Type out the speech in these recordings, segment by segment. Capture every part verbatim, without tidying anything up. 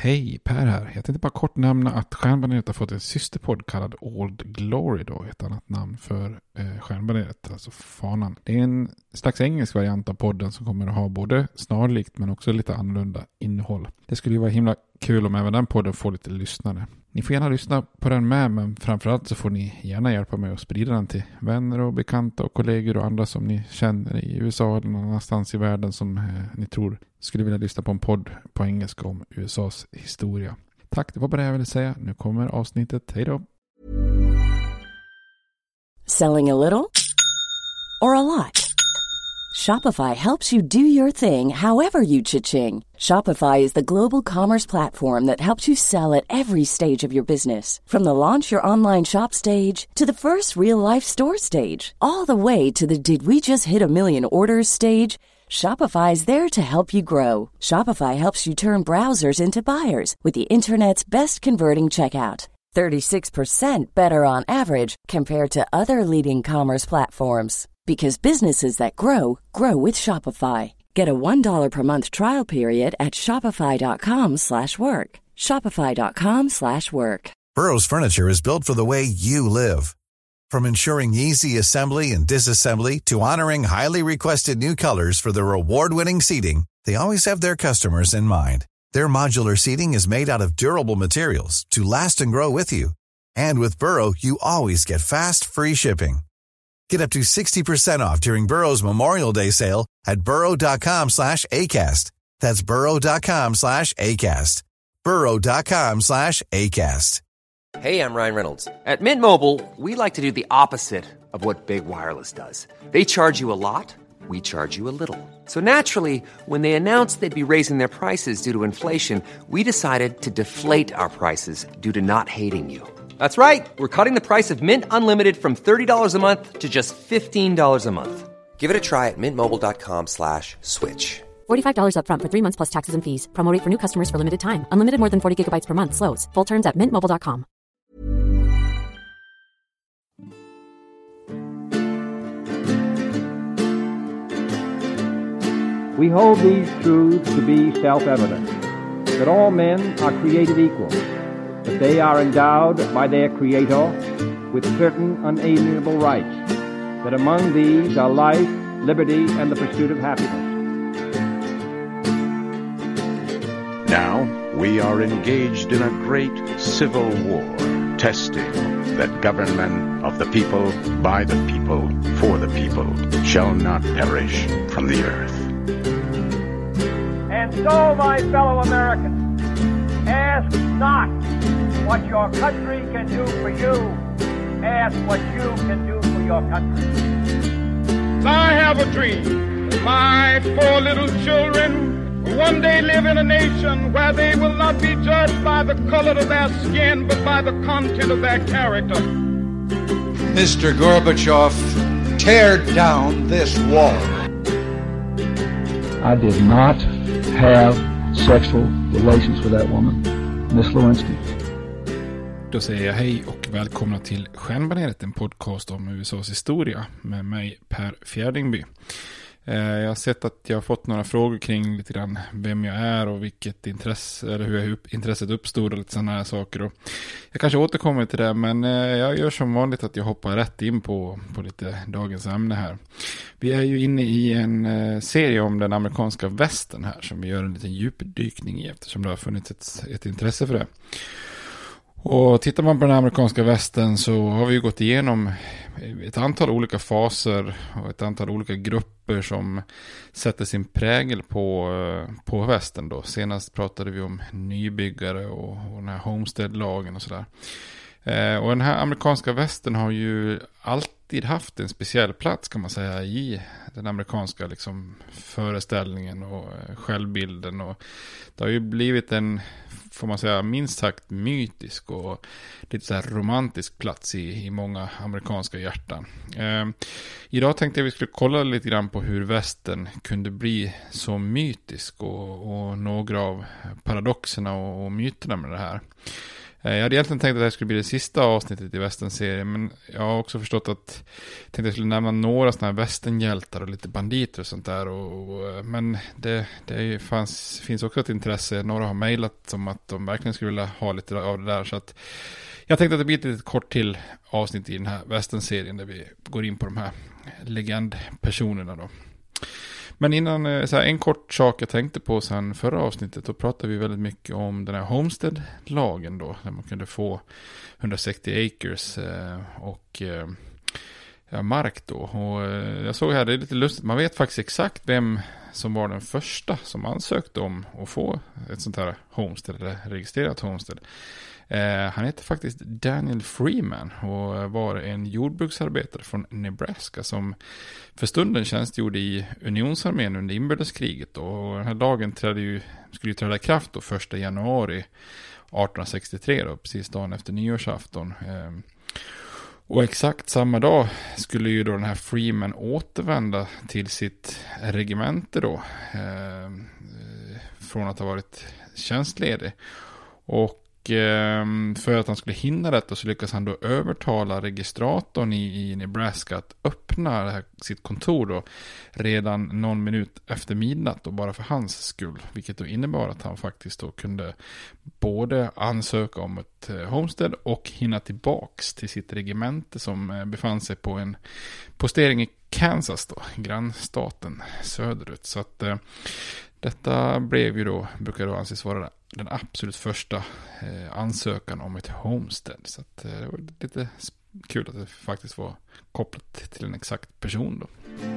Hej, Per här. Jag tänkte bara kort nämna att Stjärnbaneret har fått en systerpodd kallad Old Glory då, ett annat namn för eh, Stjärnbaneret, alltså fanan. Det är en slags engelsk variant av podden som kommer att ha både snarlikt men också lite annorlunda innehåll. Det skulle ju vara himla kul om även den podden får lite lyssnare. Ni får gärna lyssna på den med, men framförallt så får ni gärna hjälpa mig att sprida den till vänner och bekanta och kollegor och andra som ni känner i U S A eller någon annanstans i världen som eh, ni tror skulle vilja lyssna på en podd på engelska om U S A:s historia. Tack, det var bara det jag ville säga. Nu kommer avsnittet. Hej då! Selling a little or a lot? Shopify helps you do your thing however you cha-ching. Shopify is the global commerce platform that helps you sell at every stage of your business. From the launch your online shop stage to the first real-life store stage, all the way to the did we just hit a million orders stage. Shopify is there to help you grow. Shopify helps you turn browsers into buyers with the internet's best converting checkout. thirty-six percent better on average compared to other leading commerce platforms. Because businesses that grow, grow with Shopify. Get a one dollar per month trial period at shopify.com slash work. Shopify.com slash work. Burrow's furniture is built for the way you live. From ensuring easy assembly and disassembly to honoring highly requested new colors for their award-winning seating, they always have their customers in mind. Their modular seating is made out of durable materials to last and grow with you. And with Burrow, you always get fast, free shipping. Get up to sixty percent off during Burrow's Memorial Day sale at burrow.com slash ACAST. That's burrow.com slash ACAST. burrow.com slash ACAST. Hey, I'm Ryan Reynolds. At Mint Mobile, we like to do the opposite of what Big Wireless does. They charge you a lot, we charge you a little. So naturally, when they announced they'd be raising their prices due to inflation, we decided to deflate our prices due to not hating you. That's right. We're cutting the price of Mint Unlimited from thirty dollars a month to just fifteen dollars a month. Give it a try at mintmobile.com slash switch. forty-five dollars up front for three months plus taxes and fees. Promo rate for new customers for limited time. Unlimited more than forty gigabytes per month. Slows full terms at mint mobile dot com. We hold these truths to be self-evident, that all men are created equal, that they are endowed by their Creator with certain unalienable rights, that among these are life, liberty, and the pursuit of happiness. Now we are engaged in a great civil war, testing that government of the people, by the people, for the people, shall not perish from the earth. And so, my fellow Americans, ask not what your country can do for you. Ask what you can do for your country. I have a dream. My four little children will one day live in a nation where they will not be judged by the color of their skin, but by the content of their character. Mister Gorbachev, tear down this wall. I did not have sexual relations with that woman, Miss Lewinsky. Då säger jag hej och välkomna till Stjärnbaneret, en podcast om U S A:s historia med mig Per Fjärdingby. Jag har sett att jag har fått några frågor kring lite grann vem jag är och vilket intresse, eller hur intresset uppstod och lite sådana här saker. Och jag kanske återkommer till det, men jag gör som vanligt att jag hoppar rätt in på, på lite dagens ämne här. Vi är ju inne i en serie om den amerikanska västern här som vi gör en liten djupdykning i eftersom det har funnits ett, ett intresse för det. Och tittar man på den amerikanska västern så har vi ju gått igenom ett antal olika faser och ett antal olika grupper som sätter sin prägel på, på västern då. Senast pratade vi om nybyggare och, och den här Homestead-lagen och sådär. Eh, och den här amerikanska västern har ju alltid haft en speciell plats kan man säga i den amerikanska liksom, föreställningen och eh, självbilden. Och det har ju blivit en, får man säga, minst sagt mytisk och lite så här romantisk plats i, i många amerikanska hjärtan. Eh, idag tänkte jag vi skulle kolla lite grann på hur västern kunde bli så mytisk och, och några av paradoxerna och, och myterna med det här. Jag hade egentligen tänkt att det här skulle bli det sista avsnittet i Western-serien, men jag har också förstått att jag tänkte att jag skulle nämna några sådana här Western-hjältar och lite banditer och sånt där. Och, och, men det, det fanns, finns också ett intresse. Några har mejlat om att de verkligen skulle vilja ha lite av det där. Så att jag tänkte att det blir ett litet kort till avsnitt i den här Western-serien där vi går in på de här legendpersonerna då. Men innan, så här, en kort sak jag tänkte på sen förra avsnittet, då pratade vi väldigt mycket om den här Homestead-lagen då, där man kunde få hundrasextio acres eh, och eh, ja, mark då. Och eh, jag såg här, det är lite lustigt, man vet faktiskt exakt vem som var den första som ansökte om att få ett sånt här Homestead, eller registrerat Homestead. Eh, han heter faktiskt Daniel Freeman och var en jordbruksarbetare från Nebraska som för stunden tjänstgjorde i unionsarmén under inbördeskriget. Och den här lagen trädde ju, skulle ju träda i kraft då första januari arton sextiotre, då, precis dagen efter nyårsafton. Eh, och exakt samma dag skulle ju då den här Freeman återvända till sitt regemente då, eh, från att ha varit tjänstledig. Och för att han skulle hinna detta så lyckas han då övertala registratorn i, i Nebraska att öppna det här, sitt kontor då redan någon minut efter midnatt och bara för hans skull. Vilket då innebar att han faktiskt då kunde både ansöka om ett homestead och hinna tillbaks till sitt regemente som befann sig på en postering i Kansas då, grannstaten söderut. Så att eh, detta blev ju då, brukar då anses vara den absolut första eh, ansökan om ett homestead. Så att, eh, det var lite kul att det faktiskt var kopplat till en exakt person då.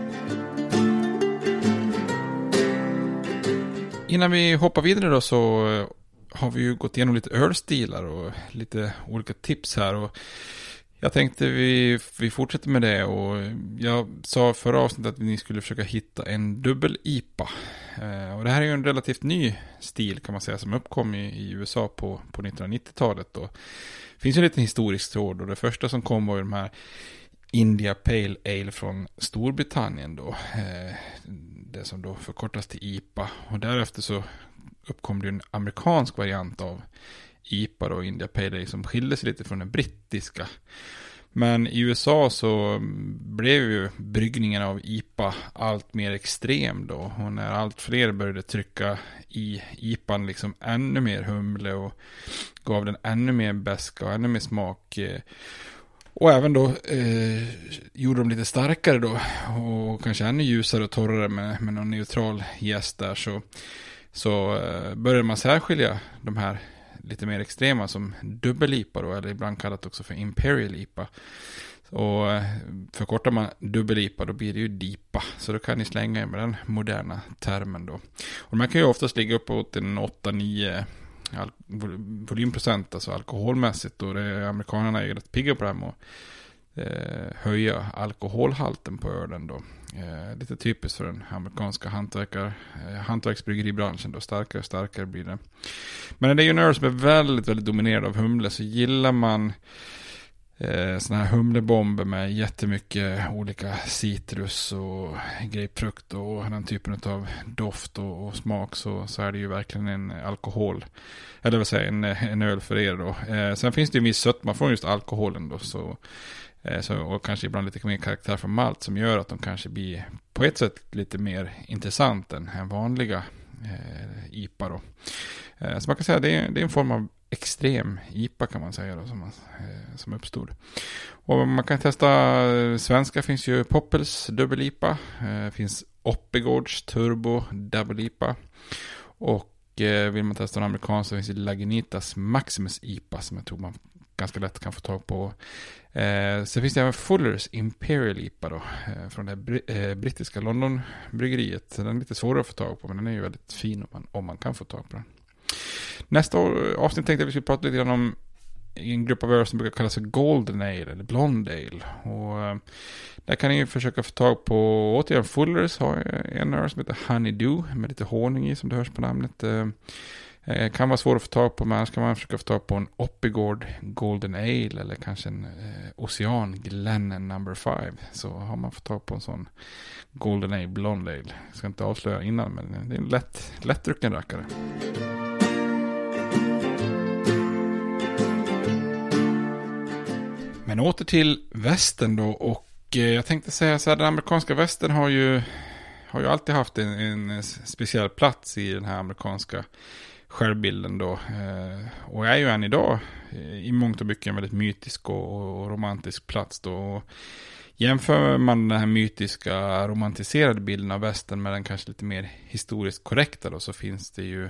Innan vi hoppar vidare då så eh, har vi ju gått igenom lite ölstilar och lite olika tips här. Och jag tänkte vi, vi fortsätter med det, och jag sa förra avsnittet att ni skulle försöka hitta en dubbel-I P A. Eh, och det här är ju en relativt ny stil kan man säga som uppkom i, i U S A på, på nittonhundranittiotalet. Då. Det finns ju en liten historisk tråd, och det första som kom var ju de här India Pale Ale från Storbritannien då. Eh, det som då förkortas till I P A. Och därefter så uppkom det en amerikansk variant av I P A då, India Pale Ale, som skilde sig lite från den brittiska. Men i U S A så blev ju bryggningen av I P A allt mer extrem då. Och när allt fler började trycka i I P A liksom ännu mer humle och gav den ännu mer beska och ännu mer smak. Och även då eh, gjorde de lite starkare då. Och kanske ännu ljusare och torrare med, med någon neutral jäst där. Så, så eh, började man särskilja de här lite mer extrema som dubbel-I P A då, eller ibland kallat också för Imperial I P A. Och förkortar man dubbel-I P A då blir det ju D I P A. Så då kan ni slänga med den moderna termen då. Och man kan ju oftast ligga uppåt en åtta nio al- volymprocent, alltså alkoholmässigt. Och det, amerikanerna är ju rätt pigga på det här med att eh, höja alkoholhalten på ölen då. Eh, lite typiskt för den amerikanska hantverkar, eh, hantverksbryggeribranschen då. Starkare och starkare blir det. Men det är ju en öl som är väldigt, väldigt dominerad av humle. Så gillar man eh, såna här humlebomber med jättemycket olika citrus och grapefrukt och den typen av doft och, och smak, så, så är det ju verkligen en alkohol. Eller vad säger en, en öl för er då. Eh, sen finns det ju en viss sötma från just alkoholen då, så Så, och kanske ibland lite mer karaktär från malt som gör att de kanske blir på ett sätt lite mer intressant än, än vanliga eh, I P A då. Eh, så man kan säga att det är, det är en form av extrem I P A kan man säga då, som, eh, som uppstod. Och man kan testa, svenska finns ju Poppels dubbel-I P A, eh, finns Oppigårds Turbo Double I P A, och eh, vill man testa en amerikansk så finns det Lagunitas Maximus I P A som jag tror man ganska lätt kan få tag på. Eh, sen finns det även Fullers Imperial I P A då, eh, från det br- eh, brittiska London-bryggeriet. Den är lite svårare att få tag på, men den är ju väldigt fin om man, om man kan få tag på den. Nästa år, avsnitt tänkte jag att vi skulle prata lite grann om en grupp av öl som brukar kallas för Golden Ale eller Blonde Ale. Och eh, där kan ni försöka få tag på, återigen, Fullers har en öl som heter Honeydew med lite honung i som det hörs på namnet. Eh, Eh, kan vara svårt att få tag på, men annars kan man försöka få tag på en Oppigård Golden Ale eller kanske en eh, Ocean Glenn number five. Så har man fått tag på en sån Golden Ale Blonde Ale. Jag ska inte avslöja innan, men det är en lätt, lättdrucken rackare. Men åter till västern då, och eh, jag tänkte säga så här, den amerikanska västern har ju, har ju alltid haft en, en speciell plats i den här amerikanska självbilden då, eh, och är ju än idag i mångt och mycket en väldigt mytisk och, och romantisk plats då. Och jämför man den här mytiska romantiserade bilden av västern med den kanske lite mer historiskt korrekta då, så finns det ju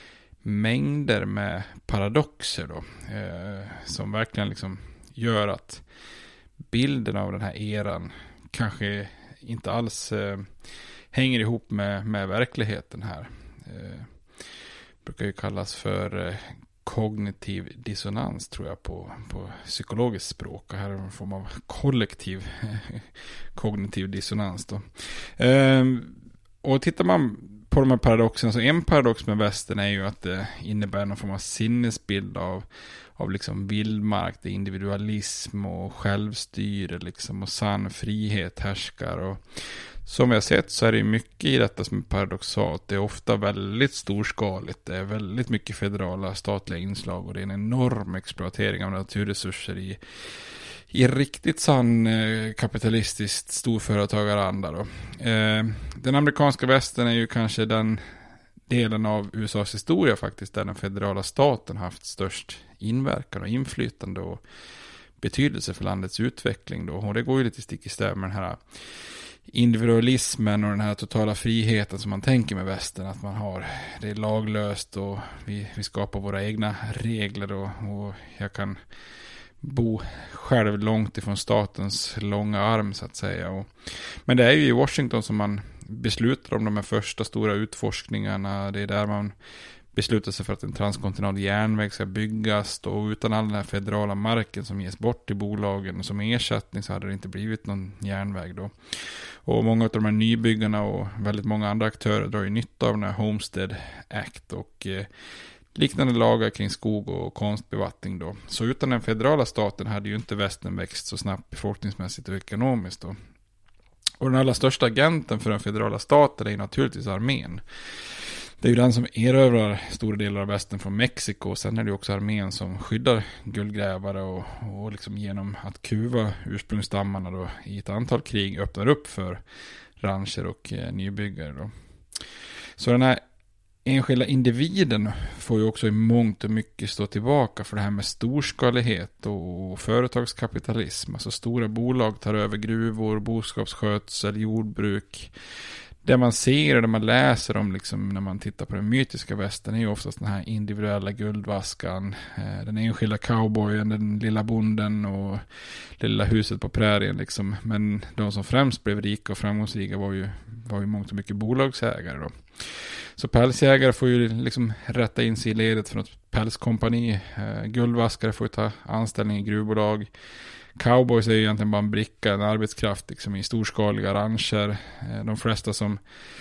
mängder med paradoxer då, eh, som verkligen liksom gör att bilden av den här eran kanske inte alls eh, hänger ihop med, med verkligheten här. Eh, brukar ju kallas för eh, kognitiv dissonans, tror jag, på, på psykologiskt språk. Och här är en form av kollektiv kognitiv dissonans då. Eh, och tittar man på de här paradoxerna, så en paradox med västern är ju att det innebär någon form av sinnesbild av, av liksom vildmark, det individualism och självstyre liksom, och sann frihet härskar. Och som vi har sett så är det mycket i detta som är paradoxalt. Det är ofta väldigt storskaligt, det är väldigt mycket federala statliga inslag, och det är en enorm exploatering av naturresurser i i riktigt sann eh, kapitalistiskt storföretagaranda då. Eh, den amerikanska västern är ju kanske den delen av U S A:s historia faktiskt där den federala staten haft störst inverkan och inflytande och betydelse för landets utveckling då. Och det går ju lite stick i stäv med den här individualismen och den här totala friheten som man tänker med västern, att man har, det är laglöst och vi, vi skapar våra egna regler och, och jag kan bo själv långt ifrån statens långa arm så att säga. Och, men det är ju i Washington som man beslutar om de här första stora utforskningarna. Det är där man beslutar sig för att en transkontinental järnväg ska byggas, och utan all den här federala marken som ges bort till bolagen som ersättning så hade det inte blivit någon järnväg då. Och många av de här nybyggarna och väldigt många andra aktörer drar ju nytta av den här Homestead Act och eh, liknande lagar kring skog och konstbevattning då. Så utan den federala staten hade ju inte västern växt så snabbt befolkningsmässigt och ekonomiskt då. Och den allra största agenten för den federala staten är ju naturligtvis armén. Det är ju den som erövrar stora delar av västern från Mexiko, och sen är det också armén som skyddar guldgrävare och, och liksom genom att kuva ursprungsstammarna då i ett antal krig öppnar upp för rancher och eh, nybyggare då. Så den här enskilda individen får ju också i mångt och mycket stå tillbaka för det här med storskalighet och företagskapitalism. Alltså stora bolag tar över gruvor, boskapsskötsel, jordbruk. Det man ser och det man läser om liksom, när man tittar på den mytiska västern är ju oftast den här individuella guldvaskan, den enskilda cowboyen, den lilla bonden och det lilla huset på prärien liksom. Men de som främst blev rika och framgångsrika var ju, var ju mångt och mycket bolagsägare då. Så pälsjägare får ju liksom rätta in sig i ledet från ett pälskompani. Eh, guldvaskare får ju ta anställning i gruvbolag. Cowboys är ju egentligen bara en bricka, en arbetskraft liksom, i storskaliga rancher. Eh, de flesta som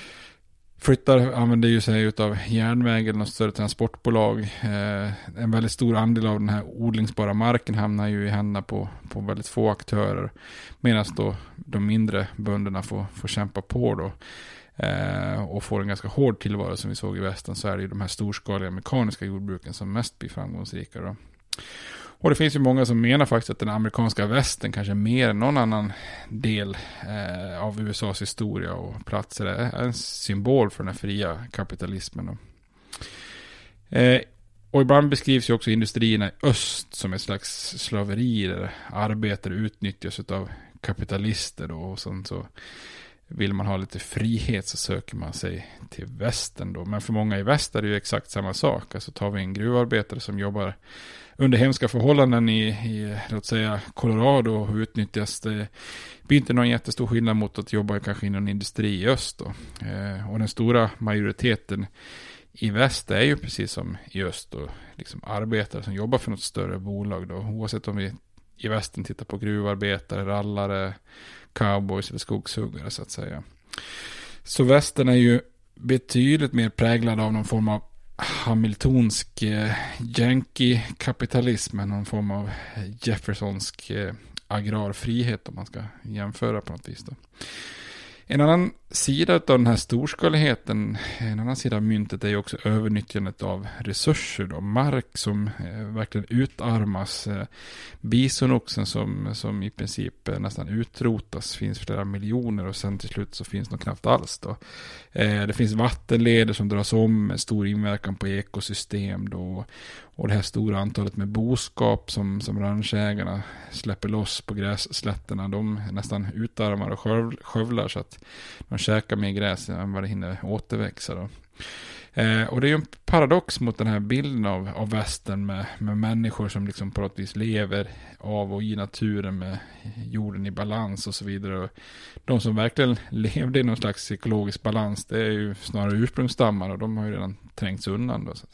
flyttar använder ju sig av järnväg eller något större transportbolag. Eh, en väldigt stor andel av den här odlingsbara marken hamnar ju i händerna på, på väldigt få aktörer. Medan då de mindre bönderna får, får kämpa på då. Eh, och får en ganska hård tillvaro som vi såg i västern, så är det ju de här storskaliga mekaniska jordbruken som mest blir framgångsrika då. Och det finns ju många som menar faktiskt att den amerikanska västern kanske mer än någon annan del eh, av U S A:s historia och platser är en symbol för den här fria kapitalismen då. Eh, och ibland beskrivs ju också industrierna i öst som ett slags slaveri där arbetare utnyttjas av kapitalister då, och sånt så. Vill man ha lite frihet så söker man sig till västern då. Men för många i väst är det ju exakt samma sak. Alltså tar vi en gruvarbetare som jobbar under hemska förhållanden i, i låt säga Colorado och utnyttjas, det blir inte någon jättestor skillnad mot att jobba kanske inom industri i öst då. Eh, och den stora majoriteten i väst är ju precis som i öst då, liksom arbetare som jobbar för något större bolag då. Oavsett om vi i västern tittar på gruvarbetare, rallare, cowboys eller skogshuggare så att säga. Så västern är ju betydligt mer präglad av någon form av hamiltonsk eh, yankee-kapitalism än någon form av jeffersonsk eh, agrarfrihet om man ska jämföra på något vis då. En annan sida av den här storskaligheten, en annan sida av myntet är ju också övernyttjandet av resurser då. Mark som eh, verkligen utarmas, eh, bisonoxen som, som i princip eh, nästan utrotas, finns flera miljoner och sen till slut så finns det knappt alls då. Eh, det finns vattenleder som dras om med stor inverkan på ekosystem då. Och det här stora antalet med boskap som, som ranchägarna släpper loss på grässlätterna, de nästan utarmar och skövlar så att de käkar mer gräs än vad det hinner återväxa då. Eh, och det är ju en paradox mot den här bilden av, av västern med, med människor som liksom på något vis lever av och i naturen med jorden i balans och så vidare. Och de som verkligen levde i någon slags ekologisk balans, det är ju snarare ursprungsstammar och de har ju redan trängts undan då. Så.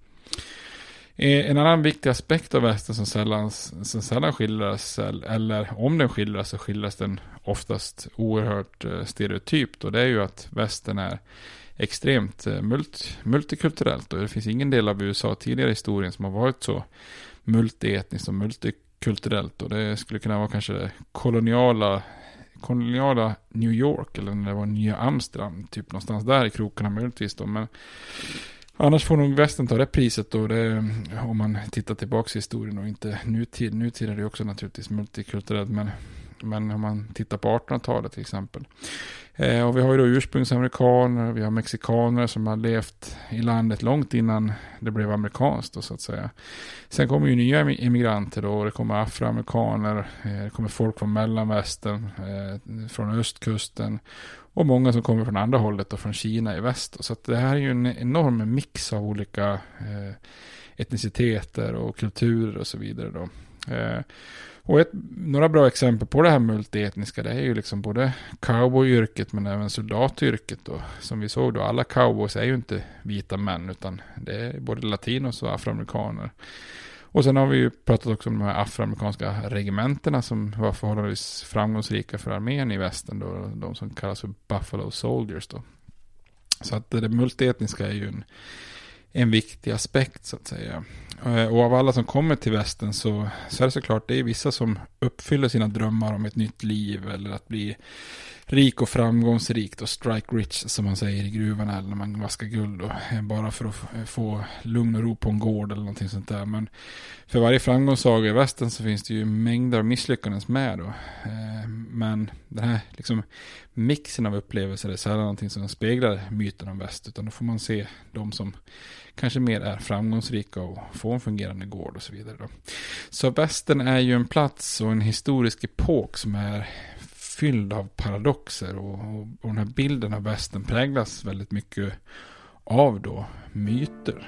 En annan viktig aspekt av västern som sällan, som sällan skildras, eller om den skildras så skildras den oftast oerhört stereotypt, och det är ju att västern är extremt multi, multikulturellt, och det finns ingen del av U S A tidigare i historien som har varit så multietniskt och multikulturellt, och det skulle kunna vara kanske koloniala koloniala New York eller när det var Nya Amsterdam, typ någonstans där i krokarna möjligtvis då, men annars får nog västern ta det priset då, det, om man tittar tillbaka i historien och inte nutid. Nutid är det också naturligtvis multikulturellt, men, men om man tittar på artonhundratalet till exempel. Eh, och vi har ju då ursprungsamerikaner, vi har mexikaner som har levt i landet långt innan det blev amerikanskt då, så att säga. Sen kommer ju nya immigranter då, och det kommer afroamerikaner, eh, det kommer folk från mellanvästern, eh, från östkusten. Och många som kommer från andra hållet och från Kina i väst. Så att det här är ju en enorm mix av olika eh, etniciteter och kulturer och så vidare då. Eh, och ett, några bra exempel på det här multietniska, det är ju liksom både cowboyyrket men även soldatyrket då. Som vi såg då, alla cowboys är ju inte vita män utan det är både latinos och afroamerikaner. Och sen har vi ju pratat också om de här afroamerikanska regementerna som var förhållandevis framgångsrika för armén i västern då, de som kallas för Buffalo Soldiers då. Så att det multietniska är ju en, en viktig aspekt så att säga. Och av alla som kommer till västern så, så är det såklart det är vissa som uppfyller sina drömmar om ett nytt liv eller att bli rik och framgångsrikt och strike rich som man säger i gruvorna eller när man vaskar guld och bara för att få lugn och ro på en gård eller någonting sånt där. Men för varje framgångssaga i västern så finns det ju mängder av misslyckanden med då. Men den här liksom mixen av upplevelser är sällan någonting som speglar myten om väst, utan då får man se de som kanske mer är framgångsrika och får en fungerande gård och så vidare då. Så västern är ju en plats och en historisk epok som är fylld av paradoxer och, och, och den här bilden av västern präglas väldigt mycket av då myter.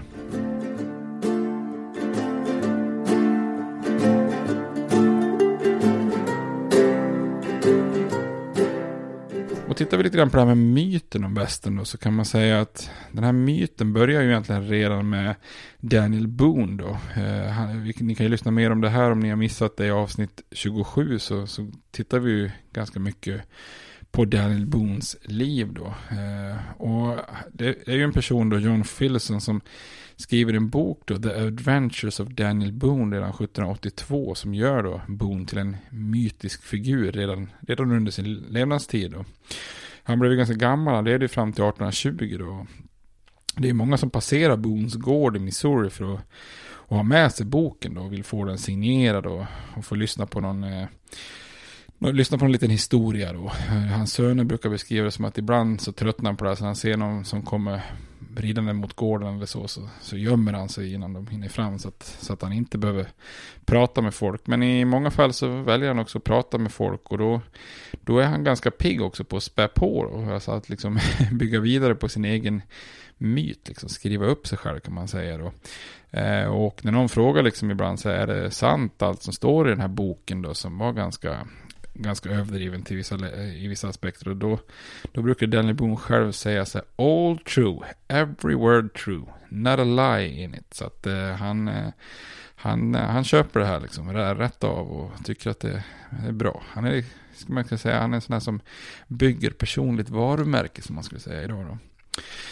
Och tittar vi lite grann på det här med myten om västern då, så kan man säga att den här myten börjar ju egentligen redan med Daniel Boone då. Eh, han, ni kan ju lyssna mer om det här om ni har missat det i avsnitt tjugosju, så, så tittar vi ju ganska mycket på Daniel Boones liv då. Eh, och det är ju en person då, John Philson, som skriver en bok då, The Adventures of Daniel Boone redan sjuttonhundraåttiotvå, som gör då Boone till en mytisk figur redan, redan under sin levnadstid då. Han blev ju ganska gammal, han levde fram till artonhundratjugo då. Det är många som passerar Boones gård i Missouri för att och ha med sig boken då och vill få den signerad och, och få lyssna på någon eh, lyssna på en liten historia då. Hans söner brukar beskriva det som att ibland så tröttnar han på det här, så han ser någon som kommer ridande mot gården eller så, så, så gömmer han sig innan de hinner fram så att, så att han inte behöver prata med folk. Men i många fall så väljer han också att prata med folk, och då, då är han ganska pigg också på att spä på och alltså att liksom bygga vidare på sin egen myt, liksom skriva upp sig själv kan man säga då. Eh, och när någon frågar liksom ibland så är det sant allt som står i den här boken då, som var ganska ganska överdriven till vissa, i vissa aspekter, och då, då brukar Daniel Boone själv säga så här: all true, every word true, not a lie in it. Så att eh, han, eh, han, eh, han köper det här liksom rätt av och tycker att det är bra. Han är, ska man kunna säga, han är en sån här som bygger personligt varumärke, som man skulle säga idag då.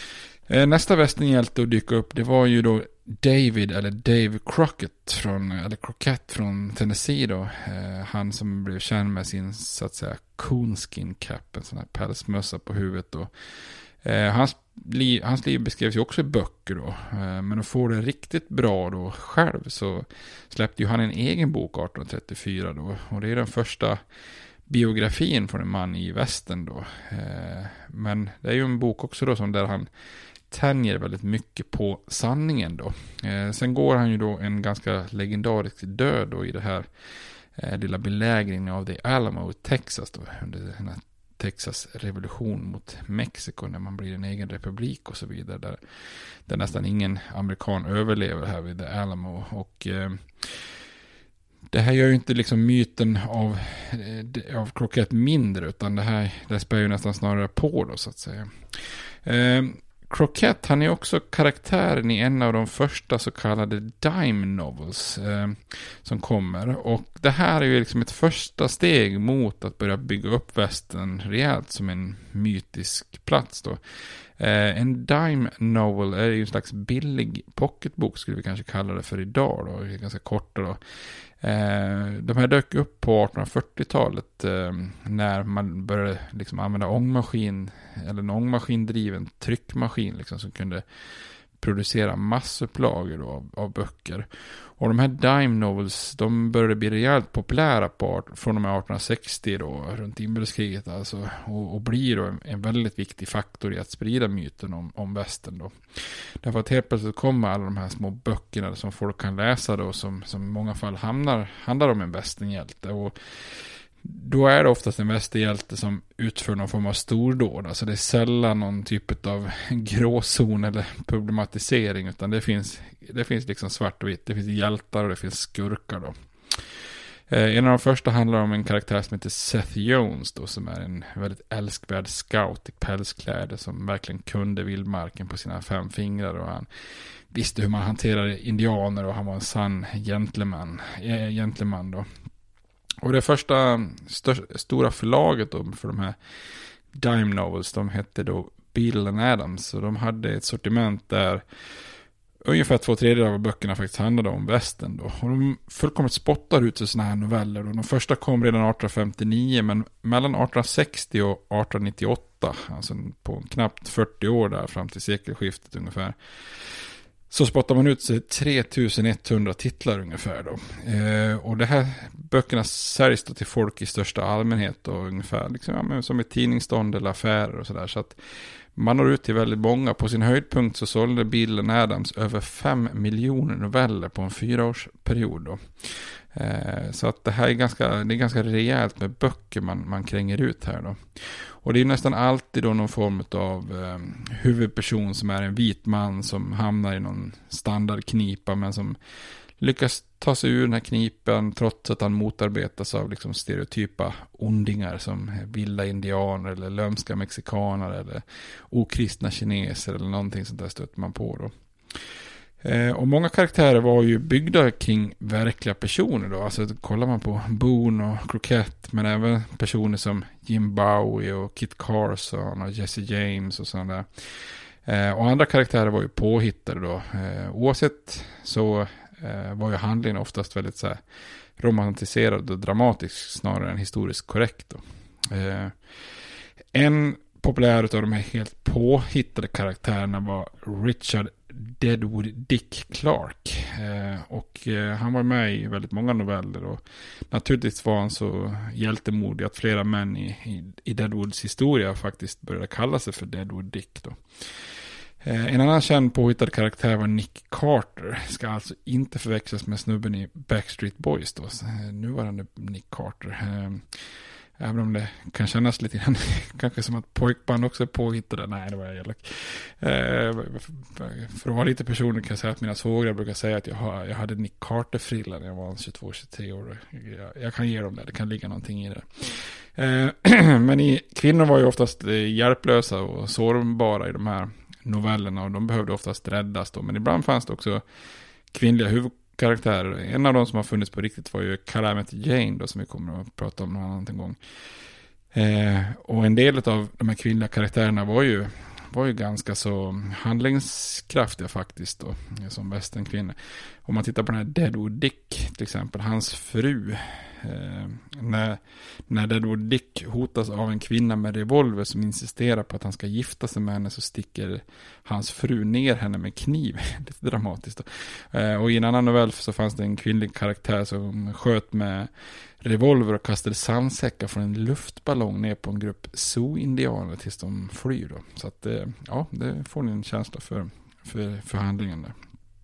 Eh, nästa västernhjälte att dyka upp, det var ju då David eller Dave Crockett från, eller Crockett från Tennessee då. Eh, han som blev känd med sin, så att säga, coonskin cap, en sån här pälsmössa på huvudet då. Eh, hans, liv, hans liv beskrevs ju också i böcker då. Eh, men att få det riktigt bra då själv så släppte ju han en egen bok arton trettiofyra då. Och det är den första biografin från en man i västern då. Eh, men det är ju en bok också då som där han tänjer väldigt mycket på sanningen då. Eh, sen går han ju då en ganska legendarisk död då i det här eh, lilla belägringen av The Alamo i Texas då, under den här Texas revolution mot Mexiko när man blir en egen republik och så vidare, där, där nästan ingen amerikan överlever här vid The Alamo. Och eh, det här gör ju inte liksom myten av, av Crockett mindre, utan det här det spär ju nästan snarare på då, så att säga. Eh, Crockett, han är också karaktären i en av de första så kallade dime novels eh, som kommer. Och det här är ju liksom ett första steg mot att börja bygga upp västern rejält som en mytisk plats då. Eh, en dime novel är ju en slags billig pocketbok, skulle vi kanske kalla det för idag då, ganska korta då. Eh, de här dök upp på artonhundrafyrtiotalet eh, när man började liksom använda ångmaskin eller en ångmaskindriven tryckmaskin liksom, som kunde producera massupplagor då, av, av böcker. Och de här dime novels, de började bli rejält populära på, från och med artonhundrasextio då, runt inbördeskriget alltså, och, och blir då en, en väldigt viktig faktor i att sprida myten om, om västern då. Därför att helt plötsligt kommer alla de här små böckerna som folk kan läsa då, som, som i många fall hamnar, handlar om en västernhjälte. Och då är det oftast en västerhjälte som utför någon form av stordåd. Alltså det är sällan någon typ av gråzon eller problematisering, utan det finns, det finns liksom svart och vitt. Det finns hjältar och det finns skurkar då. Eh, en av de första handlar om en karaktär som heter Seth Jones då, som är en väldigt älskvärd scout i pälskläder som verkligen kunde vildmarken på sina fem fingrar, och han visste hur man hanterade indianer och han var en sann gentleman, eh, gentleman då. Och det första stör, stora förlaget då för de här dime novels, de hette då Beadle and Adams, och de hade ett sortiment där ungefär två tredjedelar av böckerna faktiskt handlade om västern då. Och de fullkomligt spottar ut sig såna här noveller. Och de första kom redan arton femtionio, men mellan arton sextio och arton nittioåtta, alltså på knappt fyrtio år där fram till sekelskiftet ungefär, så spottar man ut sig tre tusen etthundra titlar ungefär då. Eh, och det här böckerna säljs då till folk i största allmänhet då, ungefär liksom, ja, men som ett tidningsstånd eller affärer och sådär. Så att man når ut till väldigt många. På sin höjdpunkt så sålde Beadle and Adams över fem miljoner noveller på en fyraårsperiod då. Eh, så att det här är ganska, det är ganska rejält med böcker man, man kränger ut här då. Och det är nästan alltid då någon form av eh, huvudperson som är en vit man som hamnar i någon standardknipa, men som lyckas ta sig ur den här knipen trots att han motarbetas av liksom stereotypa ondingar som vilda indianer eller lömska mexikaner eller okristna kineser eller någonting sånt där stöter man på då. Eh, och många karaktärer var ju byggda kring verkliga personer då. Alltså kollar man på Boone och Crockett, men även personer som Jim Bowie och Kit Carson och Jesse James och sådana där. Eh, och andra karaktärer var ju påhittade då. Eh, oavsett så eh, var ju handlingen oftast väldigt så här romantiserad och dramatisk snarare än historiskt korrekt då. Eh, en populär av de här helt påhittade karaktärerna var Richard Deadwood Dick Clark. Eh, och eh, han var med i väldigt många noveller, och naturligtvis var han så hjältemodig att flera män i, i, i Deadwoods historia faktiskt började kalla sig för Deadwood Dick då. Eh, en annan känd påhittad karaktär var Nick Carter. Ska alltså inte förväxlas med snubben i Backstreet Boys då. Så, eh, nuvarande Nick Carter. Eh, Även om det kan kännas lite grann kanske som att pojkband också är påhittade. Nej, det var jag elak. Eh, för att vara lite personlig kan jag säga att mina svågrar brukar säga att jag, har, jag hade Nick Carter-frilla när jag var tjugotvå tjugotre år. Jag, jag kan ge dem det, det kan ligga någonting i det. Eh, men i, kvinnor var ju oftast hjälplösa och sårbara i de här novellerna, och de behövde oftast räddas då. Men ibland fanns det också kvinnliga huvudkaraktärer. En av de som har funnits på riktigt var ju Calamity Jane då, som vi kommer att prata om någon annan gång. Eh, och en del av de här kvinnliga karaktärerna var ju var ju ganska så handlingskraftiga faktiskt då, som västernkvinnor. Om man tittar på den här Deadwood Dick till exempel, hans fru. Eh, när, när Deadwood Dick hotas av en kvinna med revolver som insisterar på att han ska gifta sig med henne, så sticker hans fru ner henne med kniv. Lite dramatiskt då. Eh, och i en annan novell så fanns det en kvinnlig karaktär som sköt med revolver och kastade sandsäckar från en luftballong ner på en grupp Sioux-indianer tills de flyr då. Så att, eh, ja, det får ni en känsla för, för, för handlingen där.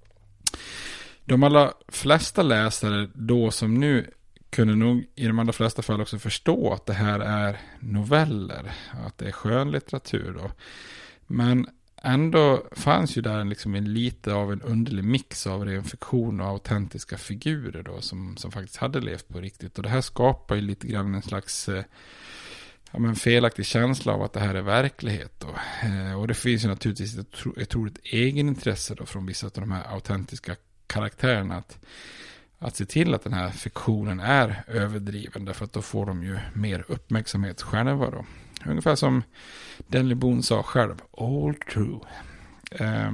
De allra flesta läsare då som nu kunde nog i de allra flesta fall också förstå att det här är noveller, att det är skönlitteratur då. Men ändå fanns ju där liksom en lite av en underlig mix av ren fiktion och autentiska figurer då, som, som faktiskt hade levt på riktigt. Och det här skapar ju lite grann en slags eh, ja, men felaktig känsla av att det här är verklighet då. Eh, och det finns ju naturligtvis ett, ett otroligt egenintresse då från vissa av de här autentiska karaktärerna att Att se till att den här fiktionen är överdriven, därför att då får de ju mer uppmärksamhet själva då. Ungefär som Denley Boone sa själv, all true. Eh,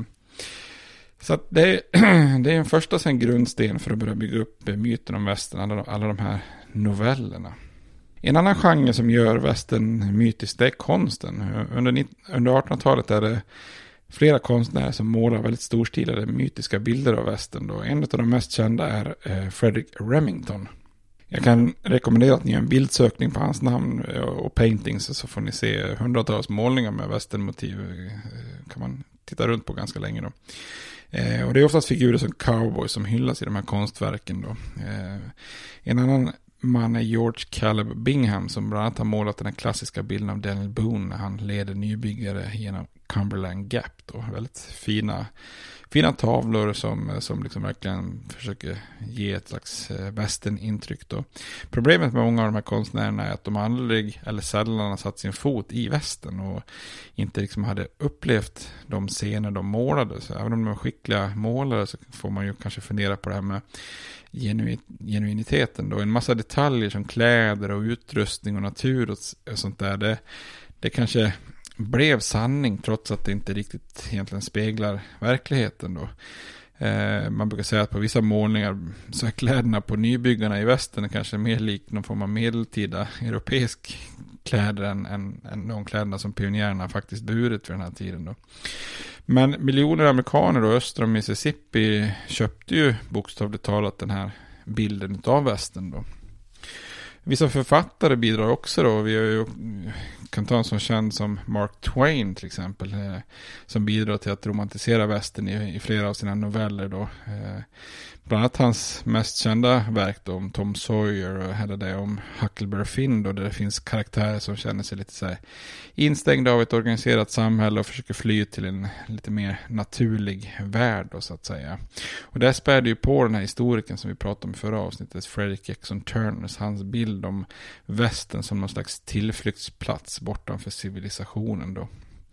så att det, är, det är en första sen grundsten för att börja bygga upp myten om västern, alla, alla de här novellerna. En annan genre som gör västern mytisk, det är konsten. Under, under artonhundratalet är det flera konstnärer som målar väldigt storstilade mytiska bilder av västern då. En av de mest kända är eh, Frederick Remington. Jag kan rekommendera att ni gör en bildsökning på hans namn och paintings, så får ni se hundratals målningar med västernmotiv. Eh, kan man titta runt på ganska länge då. Eh, och det är oftast figurer som cowboys som hyllas i de här konstverken då. Eh, en annan man är George Caleb Bingham, som bland annat har målat den här klassiska bilden av Daniel Boone när han leder nybyggare genom Cumberland Gap då. Väldigt fina, fina tavlor som, som liksom verkligen försöker ge ett slags västernintryck då. Problemet med många av de här konstnärerna är att de aldrig eller sällan har satt sin fot i västern och inte liksom hade upplevt de scener de målade. Så även om de är skickliga målare så får man ju kanske fundera på det här med Genuin, genuiniteten då. En massa detaljer som kläder och utrustning och natur och sånt där, det, det kanske blev sanning trots att det inte riktigt egentligen speglar verkligheten då. Eh, man brukar säga att på vissa målningar så är kläderna på nybyggarna i västern kanske mer lik någon form av medeltida europeisk kläder än, än, än de kläderna som pionjärerna faktiskt burit för den här tiden då. Men miljoner amerikaner då öster om Mississippi köpte ju bokstavligt talat den här bilden av västern då. Vissa författare bidrar också då. Vi har ju, kan ta en sån känd som Mark Twain till exempel, eh, som bidrar till att romantisera västern i, i flera av sina noveller då. Eh, bland annat hans mest kända verk då, om Tom Sawyer och hela det om Huckleberry Finn då, där det finns karaktärer som känner sig lite så här instängda av ett organiserat samhälle och försöker fly till en lite mer naturlig värld då, så att säga. Och där spädde ju på den här historiken som vi pratade om i förra avsnittet, Frederick Jackson Turners, hans bild om västern som någon slags tillflyktsplats bortanför civilisationen då.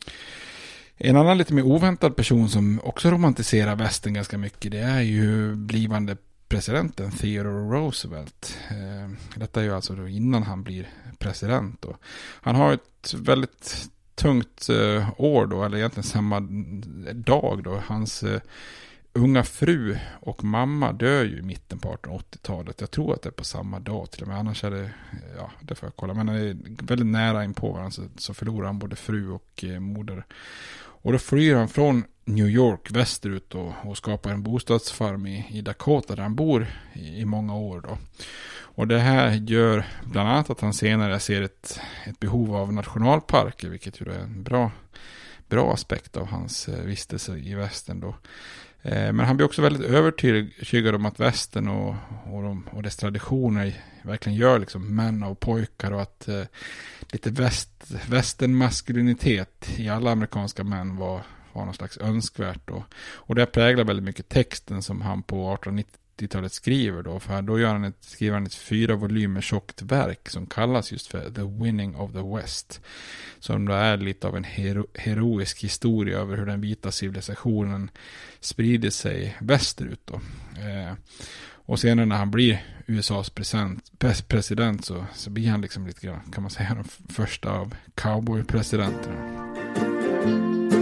En annan lite mer oväntad person som också romantiserar västern ganska mycket, det är ju blivande presidenten Theodore Roosevelt. Detta är ju alltså då innan han blir president då. Han har ett väldigt tungt år då, eller egentligen samma dag då. Hans unga fru och mamma dör ju i mitten på artonhundraåttiotalet. Jag tror att det är på samma dag till och med. Annars är det, ja, det får jag kolla. Men det är väldigt nära in på varandra, så, så förlorar han både fru och eh, moder. Och då flyr han från New York västerut och, och skapar en bostadsfarm i, i Dakota där han bor i, i många år då. Och det här gör bland annat att han senare ser ett, ett behov av nationalparker, vilket ju är en bra, bra aspekt av hans eh, vistelse i västern då. Men han blir också väldigt övertygad om att västern och, och, de, och dess traditioner verkligen gör liksom män och pojkar, och att eh, lite väst, västernmaskulinitet i alla amerikanska män var, var någon slags önskvärt då. Och det präglar väldigt mycket texten som han på artonhundranittiotalet skriver då. För då gör han ett, skriver han ett fyra volymer tjockt verk som kallas just för The Winning of the West. Som då är lite av en hero, heroisk historia över hur den vita civilisationen sprider sig västerut då. Eh, och senare när han blir U S A:s president, president så, så blir han liksom lite grann, kan man säga, den första av cowboy-presidenterna.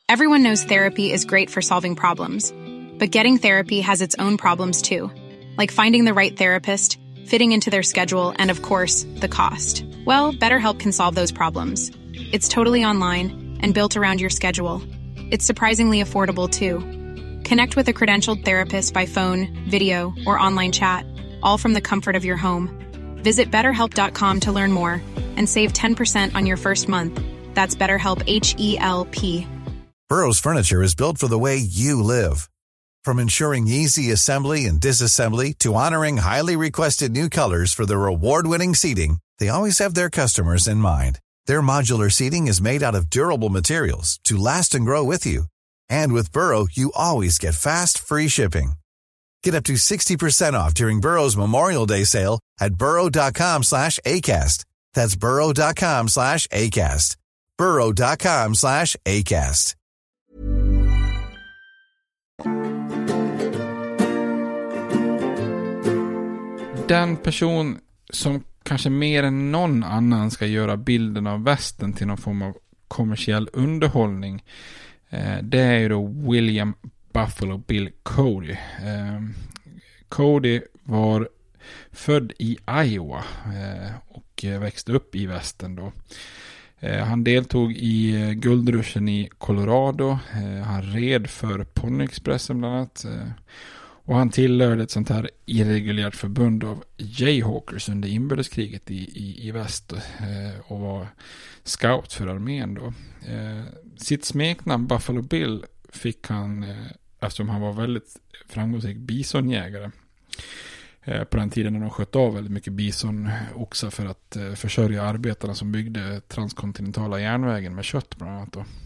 Everyone knows therapy is great for solving problems, but getting therapy has its own problems too, like finding the right therapist, fitting into their schedule, and of course, the cost. Well, BetterHelp can solve those problems. It's totally online and built around your schedule. It's surprisingly affordable too. Connect with a credentialed therapist by phone, video, or online chat, all from the comfort of your home. Visit better help dot com to learn more and save ten percent on your first month. That's BetterHelp, H E L P. Burrow's furniture is built for the way you live. From ensuring easy assembly and disassembly to honoring highly requested new colors for their award-winning seating, they always have their customers in mind. Their modular seating is made out of durable materials to last and grow with you. And with Burrow, you always get fast, free shipping. Get up to sixty percent off during Burrow's Memorial Day sale at burrow dot com slash ACAST. That's burrow dot com slash ACAST. burrow dot com slash ACAST. Den person som kanske mer än någon annan ska göra bilden av västern till någon form av kommersiell underhållning, eh, det är ju då William Buffalo Bill Cody. Eh, Cody var född i Iowa eh, och växte upp i västern då. Eh, han deltog i eh, guldruschen i Colorado. Eh, han red för Ponyexpressen bland annat. Eh, Och han tillhörde ett sånt här irreguljärt förbund av Jayhawkers under inbördeskriget i, i, i väst eh, och var scout för armén då. Eh, sitt smeknamn Buffalo Bill fick han eh, eftersom han var väldigt framgångsrik bisonjägare. Eh, på den tiden när de sköt av väldigt mycket bisonoxar för att eh, försörja arbetarna som byggde transkontinentala järnvägen med kött bland annat då.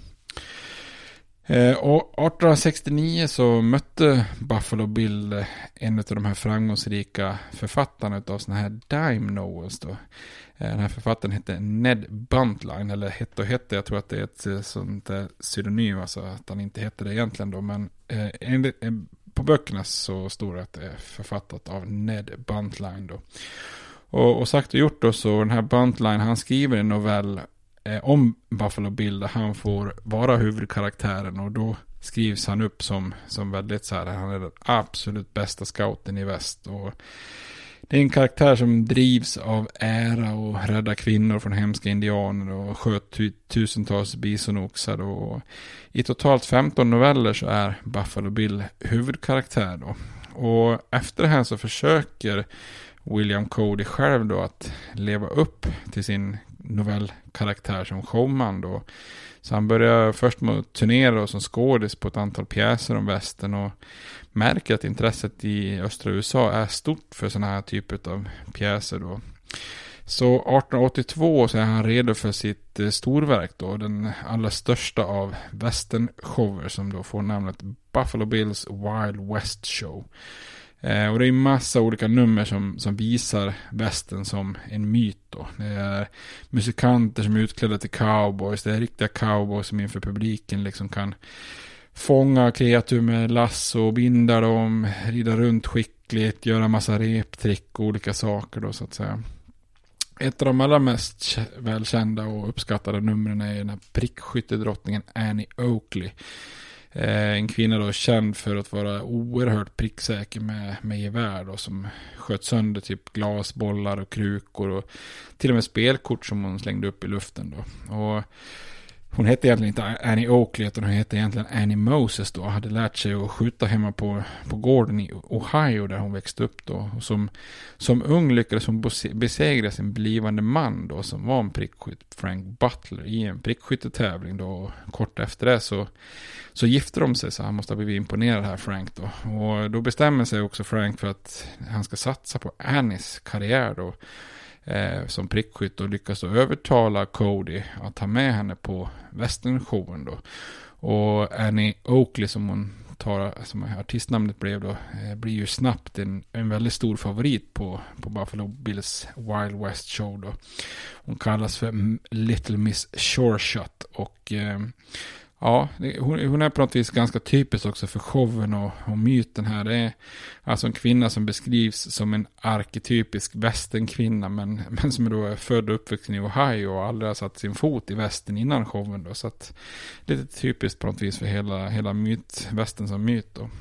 Och arton sextionio så mötte Buffalo Bill en av de här framgångsrika författarna av såna här dime novels då. Den här författaren hette Ned Buntline, eller hette och hette, jag tror att det är ett sånt där pseudonym, alltså att han inte hette det egentligen då, men eh, på böckerna så står det att det är författat av Ned Buntline då. Och, och sagt och gjort då, så den här Buntline, han skriver en novell om Buffalo Bill där han får vara huvudkaraktären, och då skrivs han upp som, som väldigt så här, han är den absolut bästa scouten i väst, och det är en karaktär som drivs av ära och rädda kvinnor från hemska indianer och sköt tusentals bisonoxar, och i totalt femton noveller så är Buffalo Bill huvudkaraktär då. Och efter det här så försöker William Cody själv då att leva upp till sin novellkaraktär som showman då. Så han börjar först med att turnera och som skådis på ett antal pjäser om västern, och märker att intresset i östra U S A är stort för sådana här typer av pjäser då. Så arton åttiotvå så är han redo för sitt storverk då, den allra största av westernshower som då får namnet Buffalo Bills Wild West Show. Eh, och det är en massa olika nummer som, som visar västern som en myt då. Det är musikanter som är utklädda till cowboys. Det är riktiga cowboys som inför publiken liksom kan fånga kreatur med lasso och binda dem, rida runt skickligt, göra massa reptrick och olika saker då så att säga. Ett av de allra mest välkända och uppskattade numren är den här prickskyttedrottningen Annie Oakley. En kvinna då känd för att vara oerhört pricksäker med, med gevär då, som sköt sönder typ glasbollar och krukor och till och med spelkort som hon slängde upp i luften då. Och hon hette egentligen inte Annie Oakley utan hon hette egentligen Annie Moses då. Hade lärt sig att skjuta hemma på, på gården i Ohio där hon växte upp då. Och som, som ung lyckades hon besegra sin blivande man då som var en prickskytt, Frank Butler, i en prickskyttetävling då. Och kort efter det så, så gifte de sig, så han måste ha blivit imponerad här Frank då. Och då bestämmer sig också Frank för att han ska satsa på Annies karriär då. Eh, som prickskytt, och lyckas då övertala Cody att ta med henne på westernshowen då. Och Annie Oakley som hon tar, som artistnamnet blev då, eh, blir ju snabbt en, en väldigt stor favorit på, på Buffalo Bills Wild West Show då. Hon kallas för Little Miss Sure Shot, och eh, Ja, det, hon, hon är på något vis ganska typisk också för showen och, och myten här. Det är alltså en kvinna som beskrivs som en arketypisk västernkvinna, men, men som då är född och uppvuxen i Ohio och aldrig har satt sin fot i västern innan showen då. Så att det är lite typiskt på något vis för hela, hela myt, västern som myt då.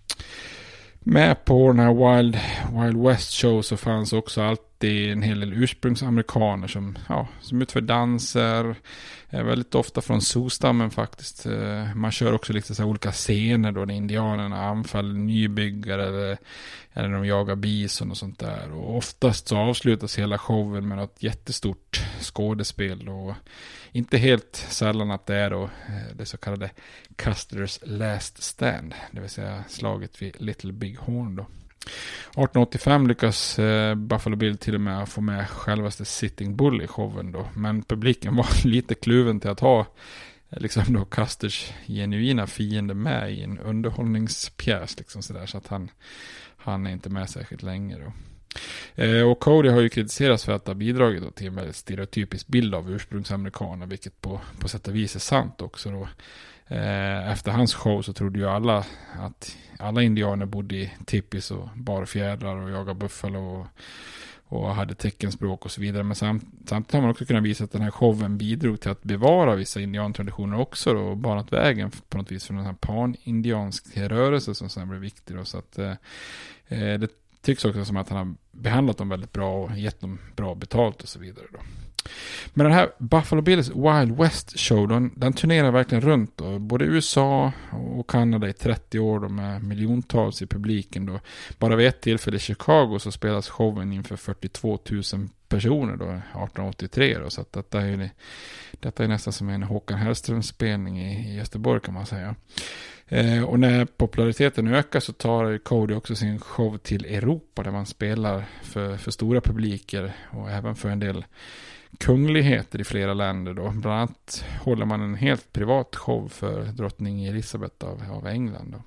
Med på den här Wild, Wild West show så fanns också alltid en hel del ursprungsamerikaner som, ja, som utför danser, väldigt ofta från Sioux-stammen faktiskt. Man kör också lite så här olika scener då när indianerna anfaller nybyggare eller, eller när de jagar bison och sånt där. Och oftast så avslutas hela showen med något jättestort skådespel och inte helt sällan att det är då det så kallade Custer's Last Stand, det vill säga slaget vid Little Big Horn då. arton åttiofem lyckas eh, Buffalo Bill till och med få med självaste Sitting Bull i showen då. Men publiken var lite kluven till att ha eh, liksom då Custers genuina fiende med i en underhållningspjäs liksom sådär, så att han, han är inte med särskilt länge då. Eh, och Cody har ju kritiserats för att ha bidragit då till en väldigt stereotypisk bild av ursprungsamerikaner, vilket på, på sätt och vis är sant också då. Efter hans show så trodde ju alla att alla indianer bodde i tippis och bar fjädrar och jagade buffalo och, och hade teckenspråk och så vidare. Men samt, samtidigt har man också kunnat visa att den här showen bidrog till att bevara vissa indiantraditioner också då, och banat vägen på något vis för den här pan-indiansk rörelse som sen blev viktig då. Så att eh, det tycks också som att han har behandlat dem väldigt bra och gett dem bra betalt och så vidare då. Men den här Buffalo Bills Wild West show, den, den turnerar verkligen runt då, både U S A och Kanada i trettio år då, med miljontals i publiken då. Bara vid ett tillfälle i Chicago så spelas showen inför fyrtiotvå tusen personer då, arton åttiotre då, så att detta är, detta är nästan som en Håkan Hellström-spelning i, i Göteborg kan man säga. Eh, och när populariteten ökar så tar Cody också sin show till Europa där man spelar för, för stora publiker och även för en del kungligheter i flera länder då. Bland annat håller man en helt privat show för drottning Elisabeth av, av England då.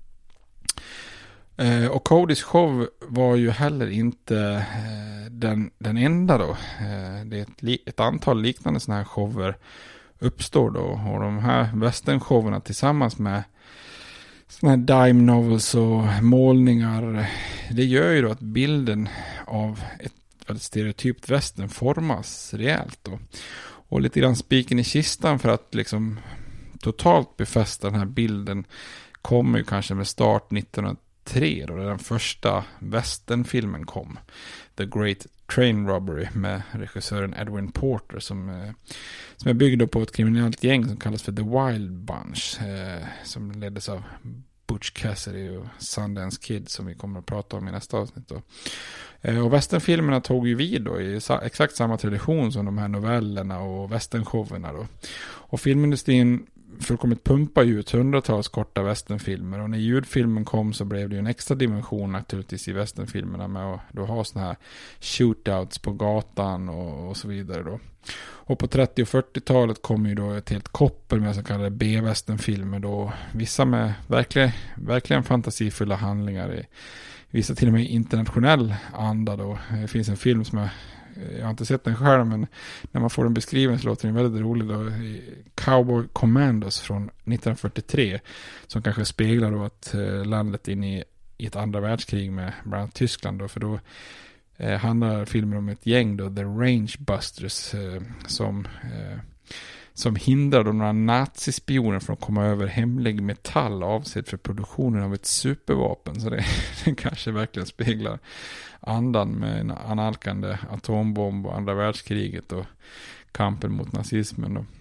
Eh, och Codys show var ju heller inte eh, den, den enda då. Eh, det är ett, li- ett antal liknande sådana här shower uppstår då. Och de här western-showerna tillsammans med sådana här dime novels och målningar, det gör ju då att bilden av ett väldigt stereotypt västern formas rejält då. Och lite grann spiken i kistan för att liksom totalt befästa den här bilden kommer ju kanske med start nittonhundratre då den första westernfilmen kom. The Great Train Robbery med regissören Edwin Porter som, som är byggd på ett kriminellt gäng som kallas för The Wild Bunch eh, som leddes av Butch Cassidy och Sundance Kid som vi kommer att prata om i nästa avsnitt då. Och westernfilmerna tog ju vid då i exakt samma tradition som de här novellerna och westernshowerna då. Och filmindustrin fullkomligt pumpar ju ut hundratals korta westernfilmer och när ljudfilmen kom så blev det ju en extra dimension naturligtvis i westernfilmerna med att då ha såna här shootouts på gatan och, och så vidare då. Och på trettio- och fyrtiotalet kom ju då ett helt koppel med så kallade B-westernfilmer då. Vissa med verkligen, verkligen fantasifulla handlingar i vissa till och med internationell anda då. Det finns en film som jag, jag har inte sett den själv, men när man får den beskriven så låter den väldigt rolig då. Cowboy Commandos från nittonhundrafyrtiotre som kanske speglar då att landet in i, i ett andra världskrig med bland annat Tyskland då, för då eh, handlar filmen om ett gäng då, The Range Busters eh, som eh, som hindrar då några nazispioner från att komma över hemlig metall avsedd för produktionen av ett supervapen. Så det, det kanske verkligen speglar andan med en analkande atombomb och andra världskriget och kampen mot nazismen då.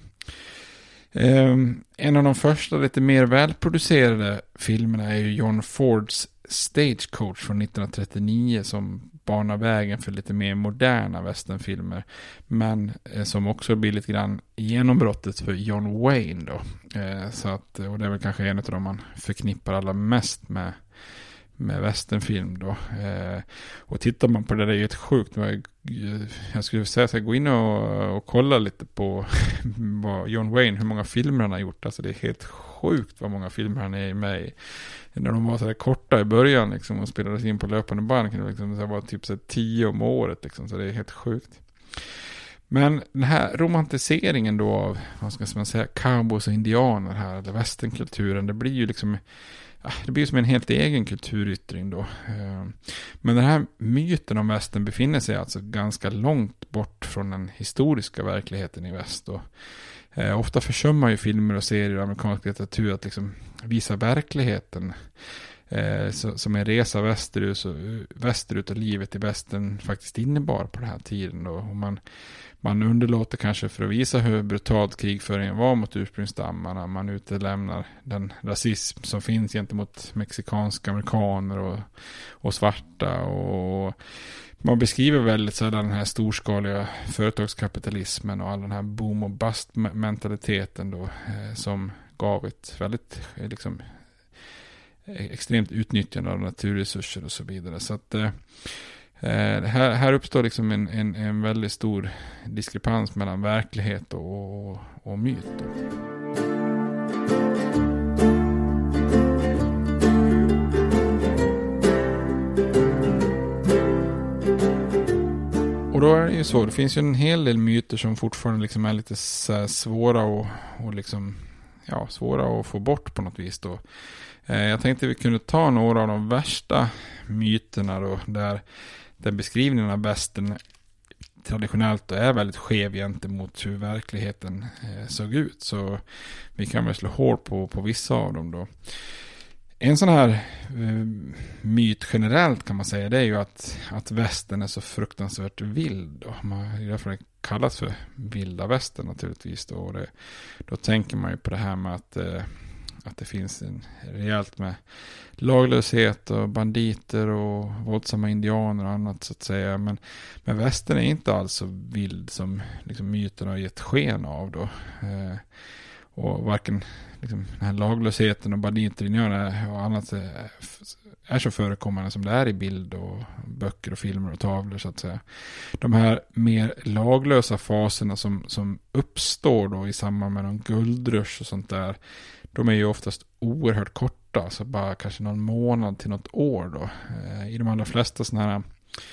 Um, en av de första lite mer välproducerade filmerna är ju John Fords Stagecoach från nittonhundratrettionio som banar vägen för lite mer moderna westernfilmer, men eh, som också blir lite grann genombrottet för John Wayne då. Eh, så att, och det är väl kanske en av de man förknippar allra mest med med westernfilm då. Eh, och tittar man på det, det är ju ett sjukt. Jag skulle säga att jag gå in och, och kolla lite på vad John Wayne, hur många filmer han har gjort. Alltså det är helt sjukt vad många filmer han är med i. När de var så här korta i början liksom, och spelades in på löpande band kan det liksom, så var typ så här tio om året liksom, så det är helt sjukt. Men den här romantiseringen då av, vad ska man säga, cowboys och indianer här, eller västernkulturen, det blir ju liksom, det blir som en helt egen kulturyttring då. Men den här myten om västern befinner sig alltså ganska långt bort från den historiska verkligheten i väst då. Ofta försummar ju filmer och serier och amerikansk litteratur att liksom visa verkligheten. Eh, så, som en resa västerut, och, västerut och livet i västern faktiskt innebar på den här tiden då. Och man, man underlåter kanske för att visa hur brutalt krigföringen var mot ursprungsstammarna. Man utelämnar den rasism som finns gentemot mexikanska amerikaner och, och svarta. Och man beskriver väldigt så den här storskaliga företagskapitalismen och all den här boom och bust mentaliteten då, eh, som gav ett väldigt liksom extremt utnyttjande av naturresurser och så vidare. Så att eh, här, här uppstår liksom en, en, en väldigt stor diskrepans mellan verklighet och, och, och myt. Och då är det ju så, det finns ju en hel del myter som fortfarande liksom är lite så svåra och, och liksom, ja, svåra att få bort på något vis då. Jag tänkte vi kunde ta några av de värsta myterna då, där, där beskrivningen av västern traditionellt är väldigt skev gentemot hur verkligheten eh, såg ut. Så vi kan väl slå hål på, på vissa av dem då. En sån här eh, myt generellt kan man säga, det är ju att, att västern är så fruktansvärt vild då. Man, det är därför det kallas för vilda västern naturligtvis då. Och det, då tänker man ju på det här med att eh, att det finns en rejält med laglöshet och banditer och våldsamma indianer och annat så att säga. Men, men västern är inte alls så vild som liksom myten har gett sken av då. Eh, och varken liksom, den här laglösheten och banditer och indianer och annat är, är så förekommande som det är i bild och böcker och filmer och tavlor så att säga. De här mer laglösa faserna som, som uppstår då i samband med någon guldrush och sånt där, de är ju oftast oerhört korta, så bara kanske någon månad till något år då. I de allra flesta sådana här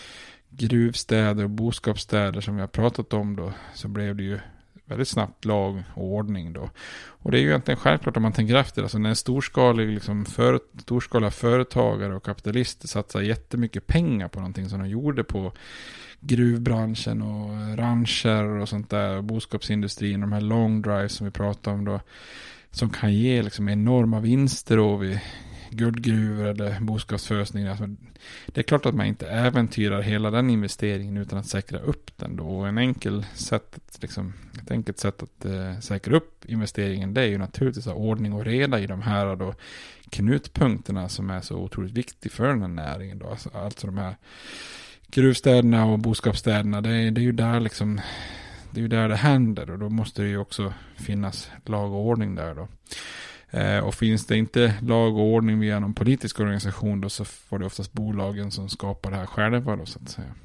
gruvstäder och boskapsstäder som vi har pratat om då, så blev det ju väldigt snabbt lag och ordning då. Och det är ju egentligen självklart om man tänker efter. Alltså när en storskalig, liksom för, storskaliga företagare och kapitalister satsar jättemycket pengar på någonting som de gjorde på gruvbranschen och rancher och sånt där, och boskapsindustrin, de här long drives som vi pratar om då, som kan ge liksom enorma vinster då vid guldgruvor eller boskapsfösningar. Alltså, det är klart att man inte äventyrar hela den investeringen utan att säkra upp den då. Och en enkel sätt att, liksom, ett enkelt sätt att eh, säkra upp investeringen, det är ju naturligtvis att ordning och reda i de här då, knutpunkterna som är så otroligt viktiga för den här näringen då. Alltså, alltså de här gruvstäderna och boskapsstäderna, det är, det är ju där liksom, det är ju där det händer, och då måste det ju också finnas lag och ordning där då. Eh, och finns det inte lag och ordning via någon politisk organisation då, så får det oftast bolagen som skapar det här själva då så att säga.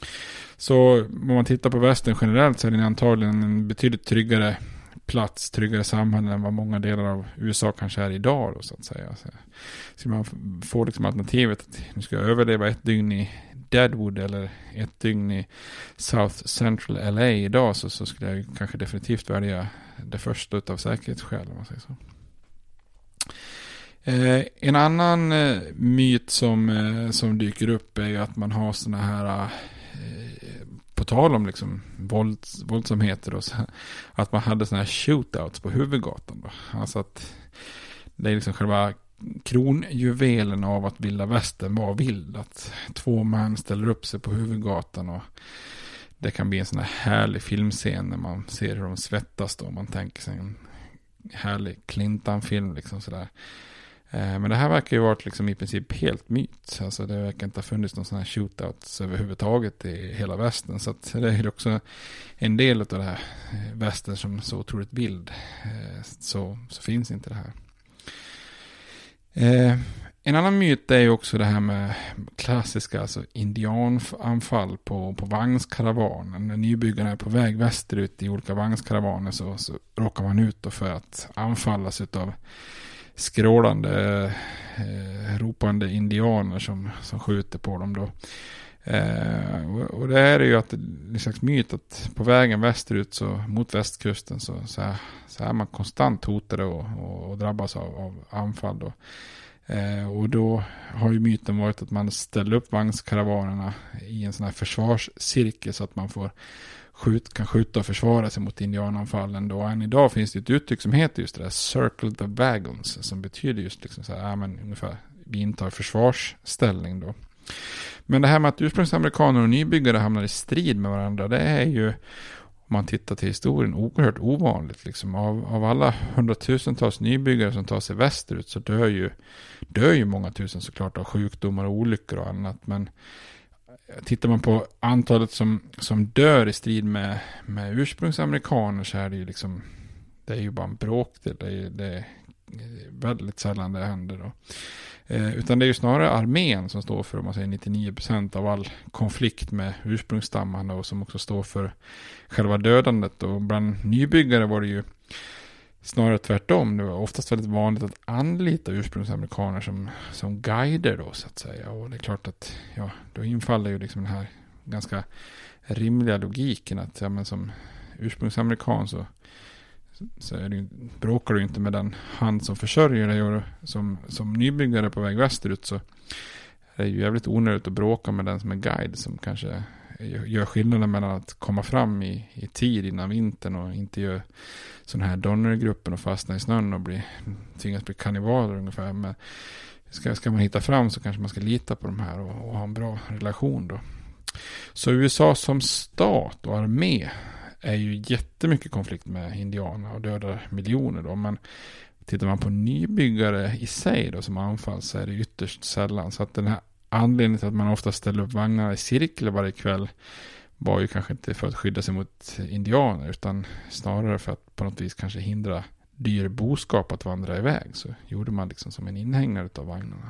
Så om man tittar på västern generellt så är det antagligen en betydligt tryggare plats, tryggare samhälle än vad många delar av U S A kanske är idag då, så att säga. Så, så man får liksom alternativet att nu ska jag överleva ett dygn i Deadwood eller ett dygn i South Central L A idag, så, så skulle jag kanske definitivt välja det första utav säkerhetsskäl om man säger så. Eh, en annan eh, myt som, eh, som dyker upp är ju att man har såna här eh, på tal om liksom vålds, våldsamheter och så, att man hade såna här shootouts på huvudgatan då. Alltså att det är liksom själva kronjuvelen av att vilda västern var vild, att två män ställer upp sig på huvudgatan, och det kan bli en sån här härlig filmscen när man ser hur de svettas då, man tänker sig en härlig Clintan-film liksom sådär. Eh, men det här verkar ju varit liksom i princip helt myt. Alltså det verkar inte ha funnits någon sån här shootouts överhuvudtaget i hela västern. Så att det är också en del av det här västern som är så otroligt vild. Eh, så, så finns inte det här. Eh, en annan myt är ju också det här med klassiska alltså indiananfall på, på vagnskaravanen. När nybyggarna är på väg västerut i olika vagnskaravaner så, så råkar man ut då för att anfallas av skrålande, eh, ropande indianer som, som skjuter på dem då. Eh, och, och det är ju att det är en slags myt att på vägen västerut så mot västkusten så, så, är, så är man konstant hotade och, och, och drabbas av, av anfall då. Eh, och då har ju myten varit att man ställer upp vagnskaravanerna i en sån här försvarscirkel så att man får skjut, kan skjuta och försvara sig mot indiananfallen då. Och än idag finns det ett uttryck som heter just det där circle the wagons, som betyder just liksom så här, ja, men ungefär vi intar försvarsställning då. Men det här med att ursprungsamerikaner och nybyggare hamnar i strid med varandra, det är ju, om man tittar till historien, oerhört ovanligt. Liksom. Av, av alla hundratusentals nybyggare som tar sig västerut så dör ju, dör ju många tusen såklart av sjukdomar och olyckor och annat. Men tittar man på antalet som, som dör i strid med, med ursprungsamerikaner så är det ju liksom, det är ju bara en bråkdel. Det är, det är väldigt sällan det händer då. Eh, utan det är ju snarare armén som står för, om man säger, nittionio procent av all konflikt med ursprungsstammarna och som också står för själva dödandet. Och bland nybyggare var det ju snarare tvärtom. Det var oftast väldigt vanligt att anlita ursprungsamerikaner som, som guider då så att säga. Och det är klart att ja, då infaller ju liksom den här ganska rimliga logiken att ja, men som ursprungsamerikan så så är det, bråkar du inte med den hand som försörjer dig, och som, som nybyggare på väg västerut så är det ju jävligt onödigt att bråka med den som är guide, som kanske gör skillnaden mellan att komma fram i, i tid innan vintern och inte gör sån här donnergruppen och fastna i snön och bli, tvingas bli kannibaler ungefär. Men ska, ska man hitta fram så kanske man ska lita på de här och, och ha en bra relation då. Så U S A som stat och armé är ju jättemycket konflikt med indianer och dödar miljoner då. Men tittar man på nybyggare i sig då som anfall så är det ytterst sällan. Så att den här anledningen till att man ofta ställer upp vagnar i cirkel varje kväll var ju kanske inte för att skydda sig mot indianer, utan snarare för att på något vis kanske hindra dyr boskap att vandra iväg. Så gjorde man liksom som en inhägnare av vagnarna.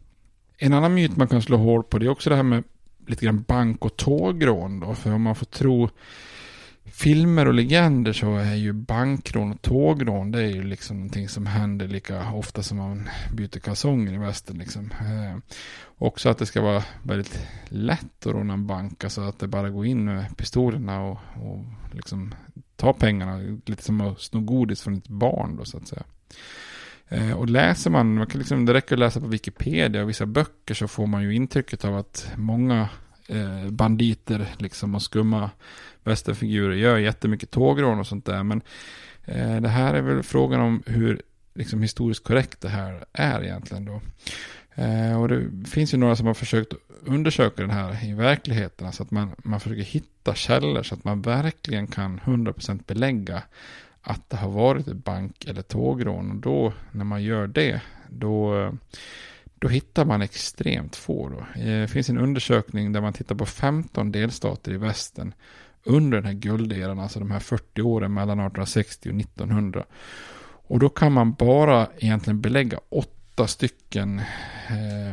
En annan myt man kan slå hål på, det är också det här med lite grann bank- och tågrån då. För om man får tro filmer och legender så är ju bankrån och tågrån, det är ju liksom någonting som händer lika ofta som man byter kalsonger i västern liksom. Eh, också att det ska vara väldigt lätt att råna en bank, alltså att det bara går in med pistolerna och, och liksom ta pengarna, lite som att sno godis från ett barn då så att säga. Eh, och läser man, man kan liksom, det räcker att läsa på Wikipedia och vissa böcker så får man ju intrycket av att många eh, banditer liksom och skumma västerfigurer gör jättemycket tågrån och sånt där, men eh, det här är väl frågan om hur liksom historiskt korrekt det här är egentligen då. Eh, och det finns ju några som har försökt undersöka det här i verkligheten, alltså att man, man försöker hitta källor så att man verkligen kan hundra procent belägga att det har varit ett bank- eller tågrån, och då när man gör det då, då hittar man extremt få då. Det finns en undersökning där man tittar på femton delstater i västern under den här gulderan, alltså de här fyrtio åren mellan arton sextio och nittonhundra. Och då kan man bara egentligen belägga åtta stycken eh,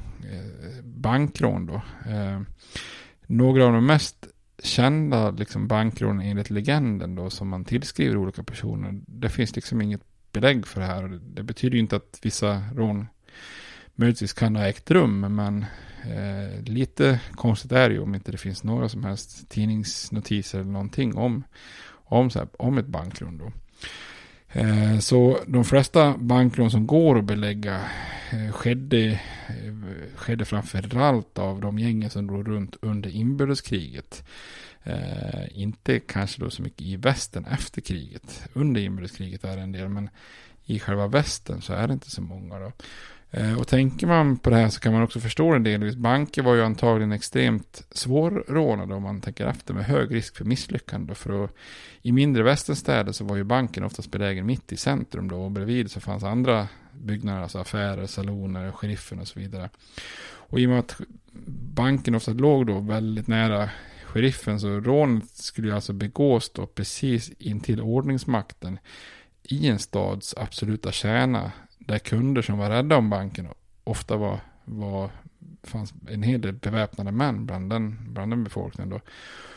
bankrån då. Eh, några av de mest kända liksom bankrån enligt legenden då, som man tillskriver olika personer. Det finns liksom inget belägg för det här. Det betyder ju inte att vissa rån möjligtvis kan ha ägt rum, men eh, lite konstigt är det ju om inte det finns några som helst tidningsnotiser eller någonting om, om, så här, om ett bankrån då. Eh, så de flesta bankrån som går att belägga eh, skedde, eh, skedde framförallt av de gängen som drog runt under inbördeskriget. Eh, inte kanske då så mycket i västern efter kriget. Under inbördeskriget är det en del, men i själva västern så är det inte så många då. Och tänker man på det här så kan man också förstå en del. Banker var ju antagligen extremt svårrånade om man tänker efter, med hög risk för misslyckande. För att, i mindre västernstäder så var ju banken oftast belägen mitt i centrum då, och bredvid så fanns andra byggnader, alltså affärer, saloner, sheriffen och så vidare. Och i och med att banken ofta låg då väldigt nära sheriffen, så rånet skulle ju alltså begås då precis intill ordningsmakten i en stads absoluta kärna, där kunder som var rädda om banken ofta var, var fanns en hel del beväpnade män bland den, bland den befolkningen då.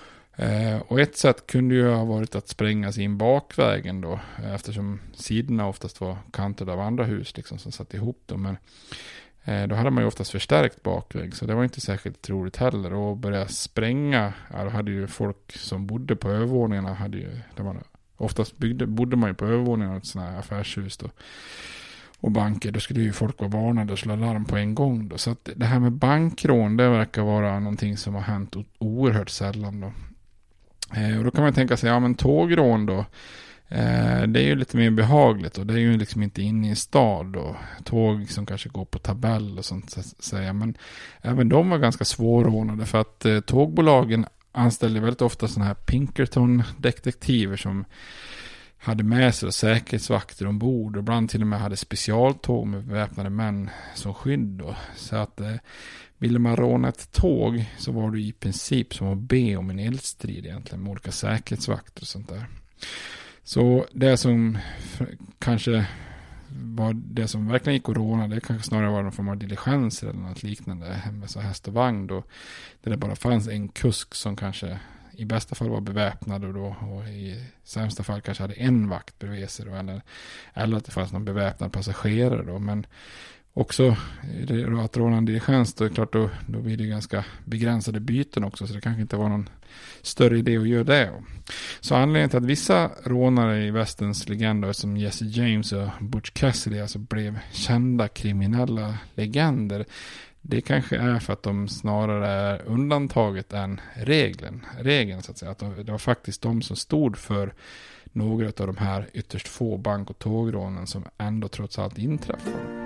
Eh, och ett sätt kunde ju ha varit att spränga sig in bakvägen då, eftersom sidorna oftast var kantade av andra hus liksom, som satt ihop då. Men Då hade man ju oftast förstärkt bakväg, så det var inte särskilt troligt heller. Och börja spränga, ja, då hade ju folk som bodde på övervåningarna, hade ju, det var, oftast byggde, bodde man ju på övervåningarna av ett sådana här affärshus då, och banker, då skulle ju folk vara varnade och slå larm på en gång då. Så att det här med bankrån, det verkar vara någonting som har hänt oerhört sällan då. Eh, och då kan man tänka sig, ja men tågrån då, Eh, det är ju lite mer behagligt och det är ju liksom inte inne i en stad och tåg som kanske går på tabell och sånt så att säga. Men även de var ganska svårrånade för att eh, tågbolagen anställde väldigt ofta sådana här Pinkerton-detektiver som hade med sig säkerhetsvakter ombord och ibland till och med hade specialtåg med väpnade män som skydd då. Så att eh, ville man råna ett tåg så var det i princip som att be om en eldstrid egentligen med olika säkerhetsvakter och sånt där. Så det som kanske var det som verkligen gick att råna, det kanske snarare var någon form av diligenser eller något liknande med så häst och vagn då. Där det bara fanns en kusk som kanske i bästa fall var beväpnad och, då, och i sämsta fall kanske hade en vakt bredvid sig då, eller, eller att det fanns någon beväpnad passagerare då. Men också att råna en diligens då är klart då, då blir det ganska begränsade byten också, så det kanske inte var någon större idé att göra det. Så anledningen till att vissa rånare i västerns legender som Jesse James och Butch Cassidy alltså blev kända kriminella legender, det kanske är för att de snarare är undantaget än regeln, regeln så att säga. Att det var faktiskt de som stod för några av de här ytterst få bank- och tågrånen som ändå trots allt inträffade.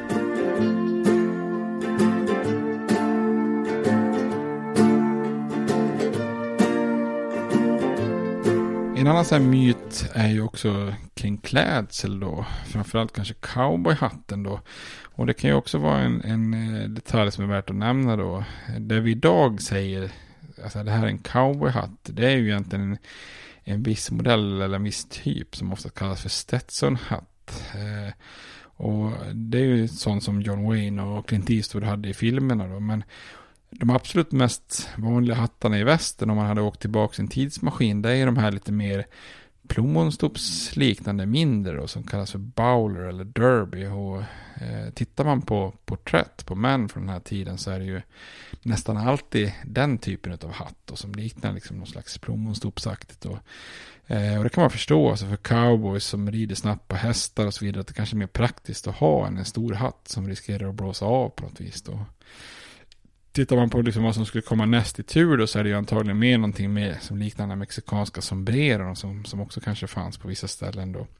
En annan sån här myt är ju också kring klädsel då. Framförallt kanske cowboyhatten då. Och det kan ju också vara en, en detalj som är värt att nämna då. Det vi idag säger, alltså det här är en cowboyhatt, det är ju egentligen en, en viss modell eller en viss typ som ofta kallas för Stetson-hatt. Eh, och det är ju sånt som John Wayne och Clint Eastwood hade i filmerna då. Men de absolut mest vanliga hattarna i västern om man hade åkt tillbaka sin tidsmaskin, det är de här lite mer plommonstopsliknande mindre då, som kallas för bowler eller derby. Och eh, tittar man på porträtt på män från den här tiden så är det ju nästan alltid den typen av hatt då, som liknar liksom någon slags plommonstopsaktigt. Och, eh, och det kan man förstå alltså för cowboys som rider snabbt på hästar och så vidare, att det kanske är mer praktiskt att ha än en stor hatt som riskerar att blåsa av på något vis då. Tittar man på liksom vad som skulle komma näst i tur då, så är det ju antagligen mer någonting med som liknar den mexikanska sombreron som, som också kanske fanns på vissa ställen då.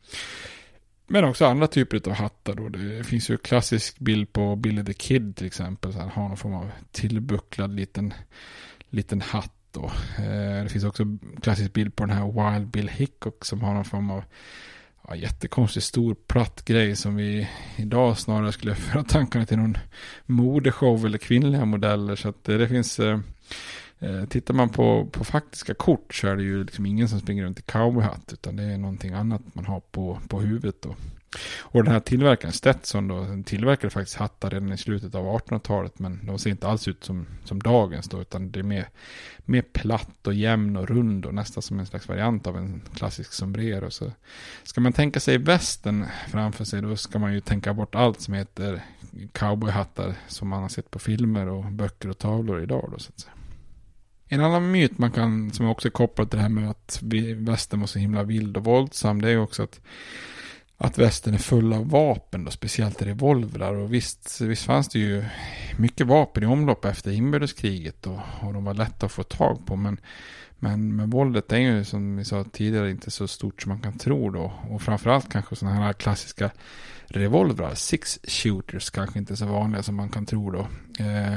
Men också andra typer av hattar då. Det finns ju en klassisk bild på Billy the Kid till exempel. Så han har någon form av tillbucklad liten, liten hatt då. Eh, det finns också en klassisk bild på den här Wild Bill Hickok som har någon form av ja, jättekonstig stor platt grej som vi idag snarare skulle föra tankarna till någon modeshow eller kvinnliga modeller. Så att det, det finns, eh, tittar man på, på faktiska kort så är det ju liksom ingen som springer runt i cowboyhatt, utan det är någonting annat man har på, på huvudet då. Och den här tillverkaren Stetson då, den tillverkade faktiskt hattar redan i slutet av artonhundratalet, men de ser inte alls ut som, som dagens då, utan det är mer, mer platt och jämn och rund och nästan som en slags variant av en klassisk sombrero. Så ska man tänka sig västen framför sig, då ska man ju tänka bort allt som heter cowboyhattar som man har sett på filmer och böcker och tavlor idag då, så att säga. En annan myt man kan, som också är kopplad till det här med att västern var så himla vild och våldsam, det är ju också att att västern är full av vapen då, speciellt revolvrar. Och visst, visst fanns det ju mycket vapen i omlopp efter inbördeskriget och, och de var lätta att få tag på, men, men, men våldet är ju som vi sa tidigare inte så stort som man kan tro då. Och framförallt kanske sådana här klassiska revolvrar, six shooters, kanske inte så vanliga som man kan tro då. Eh,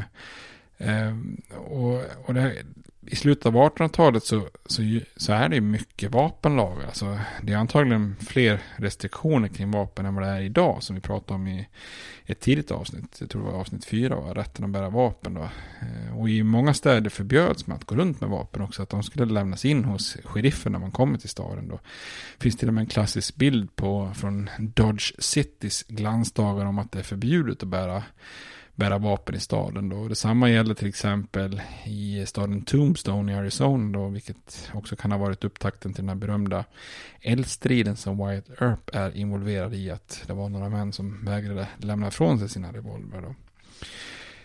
eh, och, och det här, i slutet av artonhundratalet så, så, så är det mycket vapenlagar. Alltså, det är antagligen fler restriktioner kring vapen än vad det är idag, som vi pratade om i ett tidigt avsnitt. Jag tror det var avsnitt fyra, var rätten att bära vapen då. Och i många städer förbjöds man att gå runt med vapen också, att de skulle lämnas in hos sheriffen när man kommer till staden då. Det finns till och med en klassisk bild på, från Dodge Citys glansdagar om att det är förbjudet att bära bära vapen i staden då. Detsamma gäller till exempel i staden Tombstone i Arizona då, vilket också kan ha varit upptakten till den här berömda eldstriden som Wyatt Earp är involverad i, att det var några män som vägrade lämna ifrån sig sina revolver då.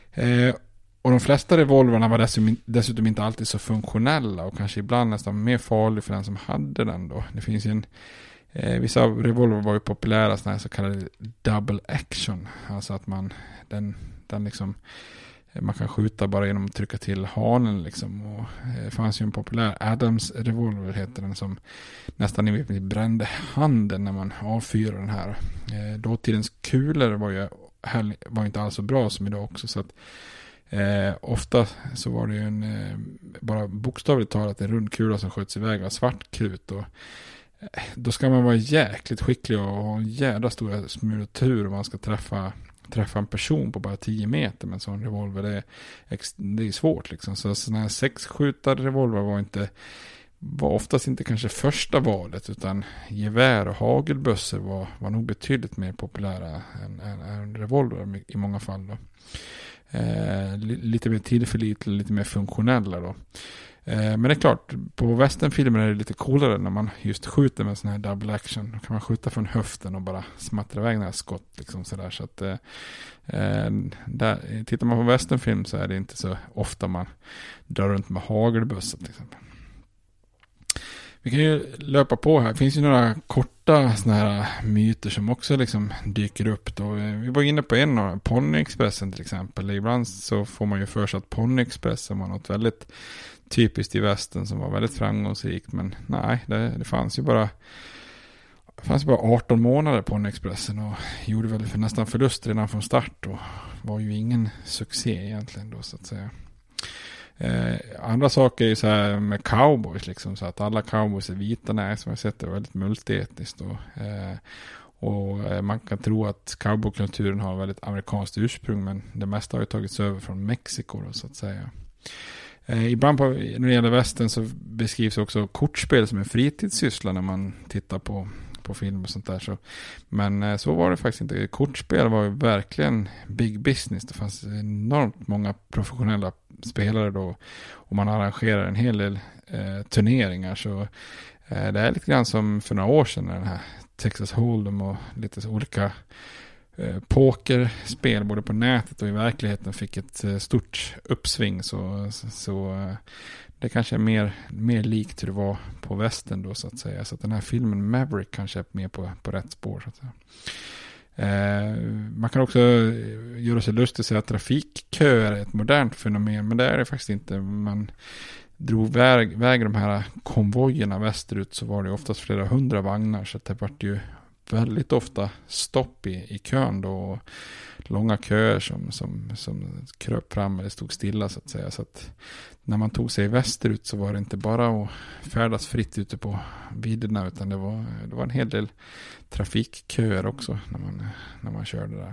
Eh, och de flesta revolverna var dessutom, dessutom inte alltid så funktionella och kanske ibland nästan mer farlig för den som hade den då. Det finns ju en, eh, vissa revolver var ju populära, såna här så kallade double action, alltså att man den, den liksom man kan skjuta bara genom att trycka till hanen liksom. Och det fanns ju en populär Adams revolver heter den, som nästan i brände handen när man avfyrade den här. Eh, dåtidens kulor var ju var inte alls så bra som idag också, så att eh, ofta så var det ju en eh, bara bokstavligt talat en rund kula som sköts iväg av svart krut, och eh, då ska man vara jäkligt skicklig och ha en jävla stor smulatur om man ska träffa träffa en person på bara tio meter med en sån revolver. Det är, det är svårt liksom. Så sådana här sexskjutade revolver var inte var oftast inte kanske första valet, utan gevär och hagelbössor var, var nog betydligt mer populära än, än, än revolver i många fall då. Eh, lite mer tillförlitliga, lite mer funktionella då. Eh, men det är klart, på westernfilmer är det lite coolare när man just skjuter med sån här double action. Då kan man skjuta från höften och bara smattra iväg några skott liksom sådär. Så att, eh, där, tittar man på westernfilm så är det inte så ofta man drar runt med hagelbössa till exempel. Vi kan ju löpa på här. Det finns ju några korta såna här myter som också liksom dyker upp då. Vi var inne på en av Ponyexpressen till exempel. Ibland så får man ju för sig att Ponyexpressen var något väldigt typiskt i västern som var väldigt framgångsrikt. Men nej, det, det fanns ju bara det fanns bara arton månader på Ponyexpressen och gjorde väl för nästan förlust redan från start och var ju ingen succé egentligen då så att säga. Eh, andra saker är ju så här med cowboys liksom, så att alla cowboys är vita. Nej, som jag sett det är väldigt multietniskt och, eh, och eh, man kan tro att cowboykulturen har väldigt amerikanskt ursprung, men det mesta har ju tagits över från Mexiko då, så att säga. Eh, ibland på, när det gäller västern så beskrivs också kortspel som en fritidssyssla när man tittar på på film och sånt där. Så. Men eh, så var det faktiskt inte. Kortspel var ju verkligen big business. Det fanns enormt många professionella spelare då. Och man arrangerar en hel del eh, turneringar. Så eh, det är lite grann som för några år sedan när den här Texas Hold'em och lite olika eh, pokerspel både på nätet och i verkligheten fick ett eh, stort uppsving. Så, så, så eh, det kanske är mer, mer likt hur det var på västern då så att säga. Så att den här filmen Maverick kanske är mer på, på rätt spår så att säga. Eh, man kan också göra sig lustigt och säga att trafikköer är ett modernt fenomen. Men det är det faktiskt inte. Man drog väg, väg de här konvojerna västerut så var det oftast flera hundra vagnar. Så att det var ju väldigt ofta stopp i, i kön då. Och långa köer som, som, som kröp fram eller stod stilla så att säga. Så att när man tog sig västerut så var det inte bara att färdas fritt ute på vidderna, utan det var, det var en hel del trafikköer också när man, när man körde där.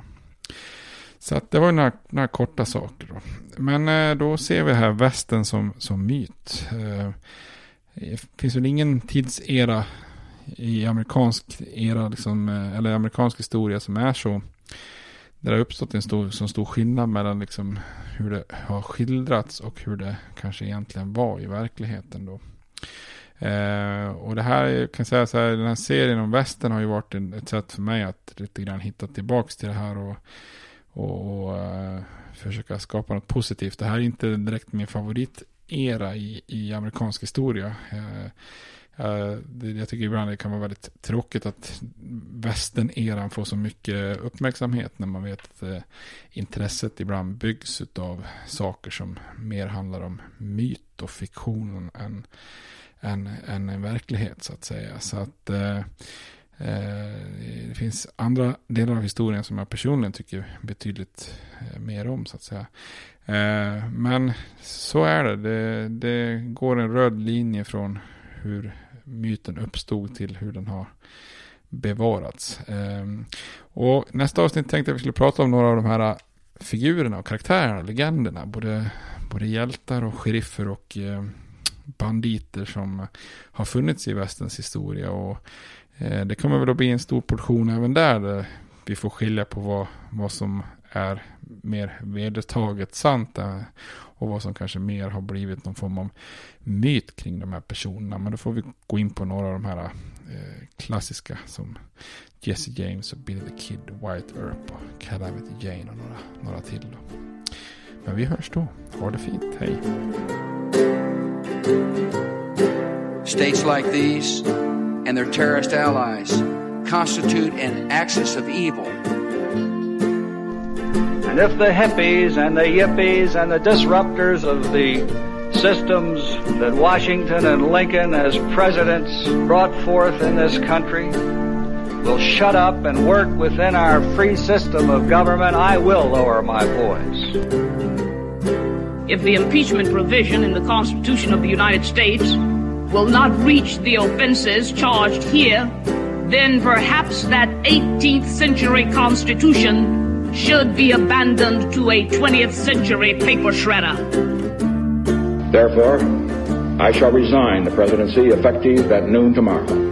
Så att det var några, några korta saker då. Men då ser vi här västern som, som myt. Det finns väl ingen tidsera i amerikansk era liksom, eller amerikansk historia som är så. Det har uppstått en stor, så stor skillnad mellan liksom hur det har skildrats och hur det kanske egentligen var i verkligheten då. Eh, och det här kan jag säga så här, den här serien om västern har ju varit en, ett sätt för mig att lite grann hitta tillbaks till det här och, och, och uh, försöka skapa något positivt. Det här är inte direkt min favoritera i, i amerikansk historia. Eh, Uh, det, jag tycker ibland det kan vara väldigt tråkigt att västern-eran får så mycket uppmärksamhet när man vet att uh, intresset ibland byggs av saker som mer handlar om myt och fiktion än, än, än en verklighet så att säga. Så att uh, uh, det finns andra delar av historien som jag personligen tycker betydligt uh, mer om så att säga. Uh, men så är det. det. Det går en röd linje från hur myten uppstod till hur den har bevarats. Um, och nästa avsnitt tänkte jag att vi skulle prata om några av de här figurerna och karaktärerna, legenderna, både, både hjältar och sheriffer och eh, banditer som har funnits i västerns historia. Och eh, det kommer väl att bli en stor portion även där, där vi får skilja på vad, vad som är mer vedertaget sant och vad som kanske mer har blivit någon form av myt kring de här personerna. Men då får vi gå in på några av de här eh, klassiska som Jesse James och Billy the Kid, Wyatt Earp och Calamity Jane och några, några till då. Men vi hörs då. Ha det fint. Hej. States like these and their terrorist allies constitute an axis of evil. And if the hippies and the yippies and the disruptors of the systems that Washington and Lincoln as presidents brought forth in this country will shut up and work within our free system of government, I will lower my voice. If the impeachment provision in the Constitution of the United States will not reach the offenses charged here, then perhaps that eighteenth century Constitution should be abandoned to a twentieth century paper shredder. Therefore, I shall resign the presidency effective at noon tomorrow.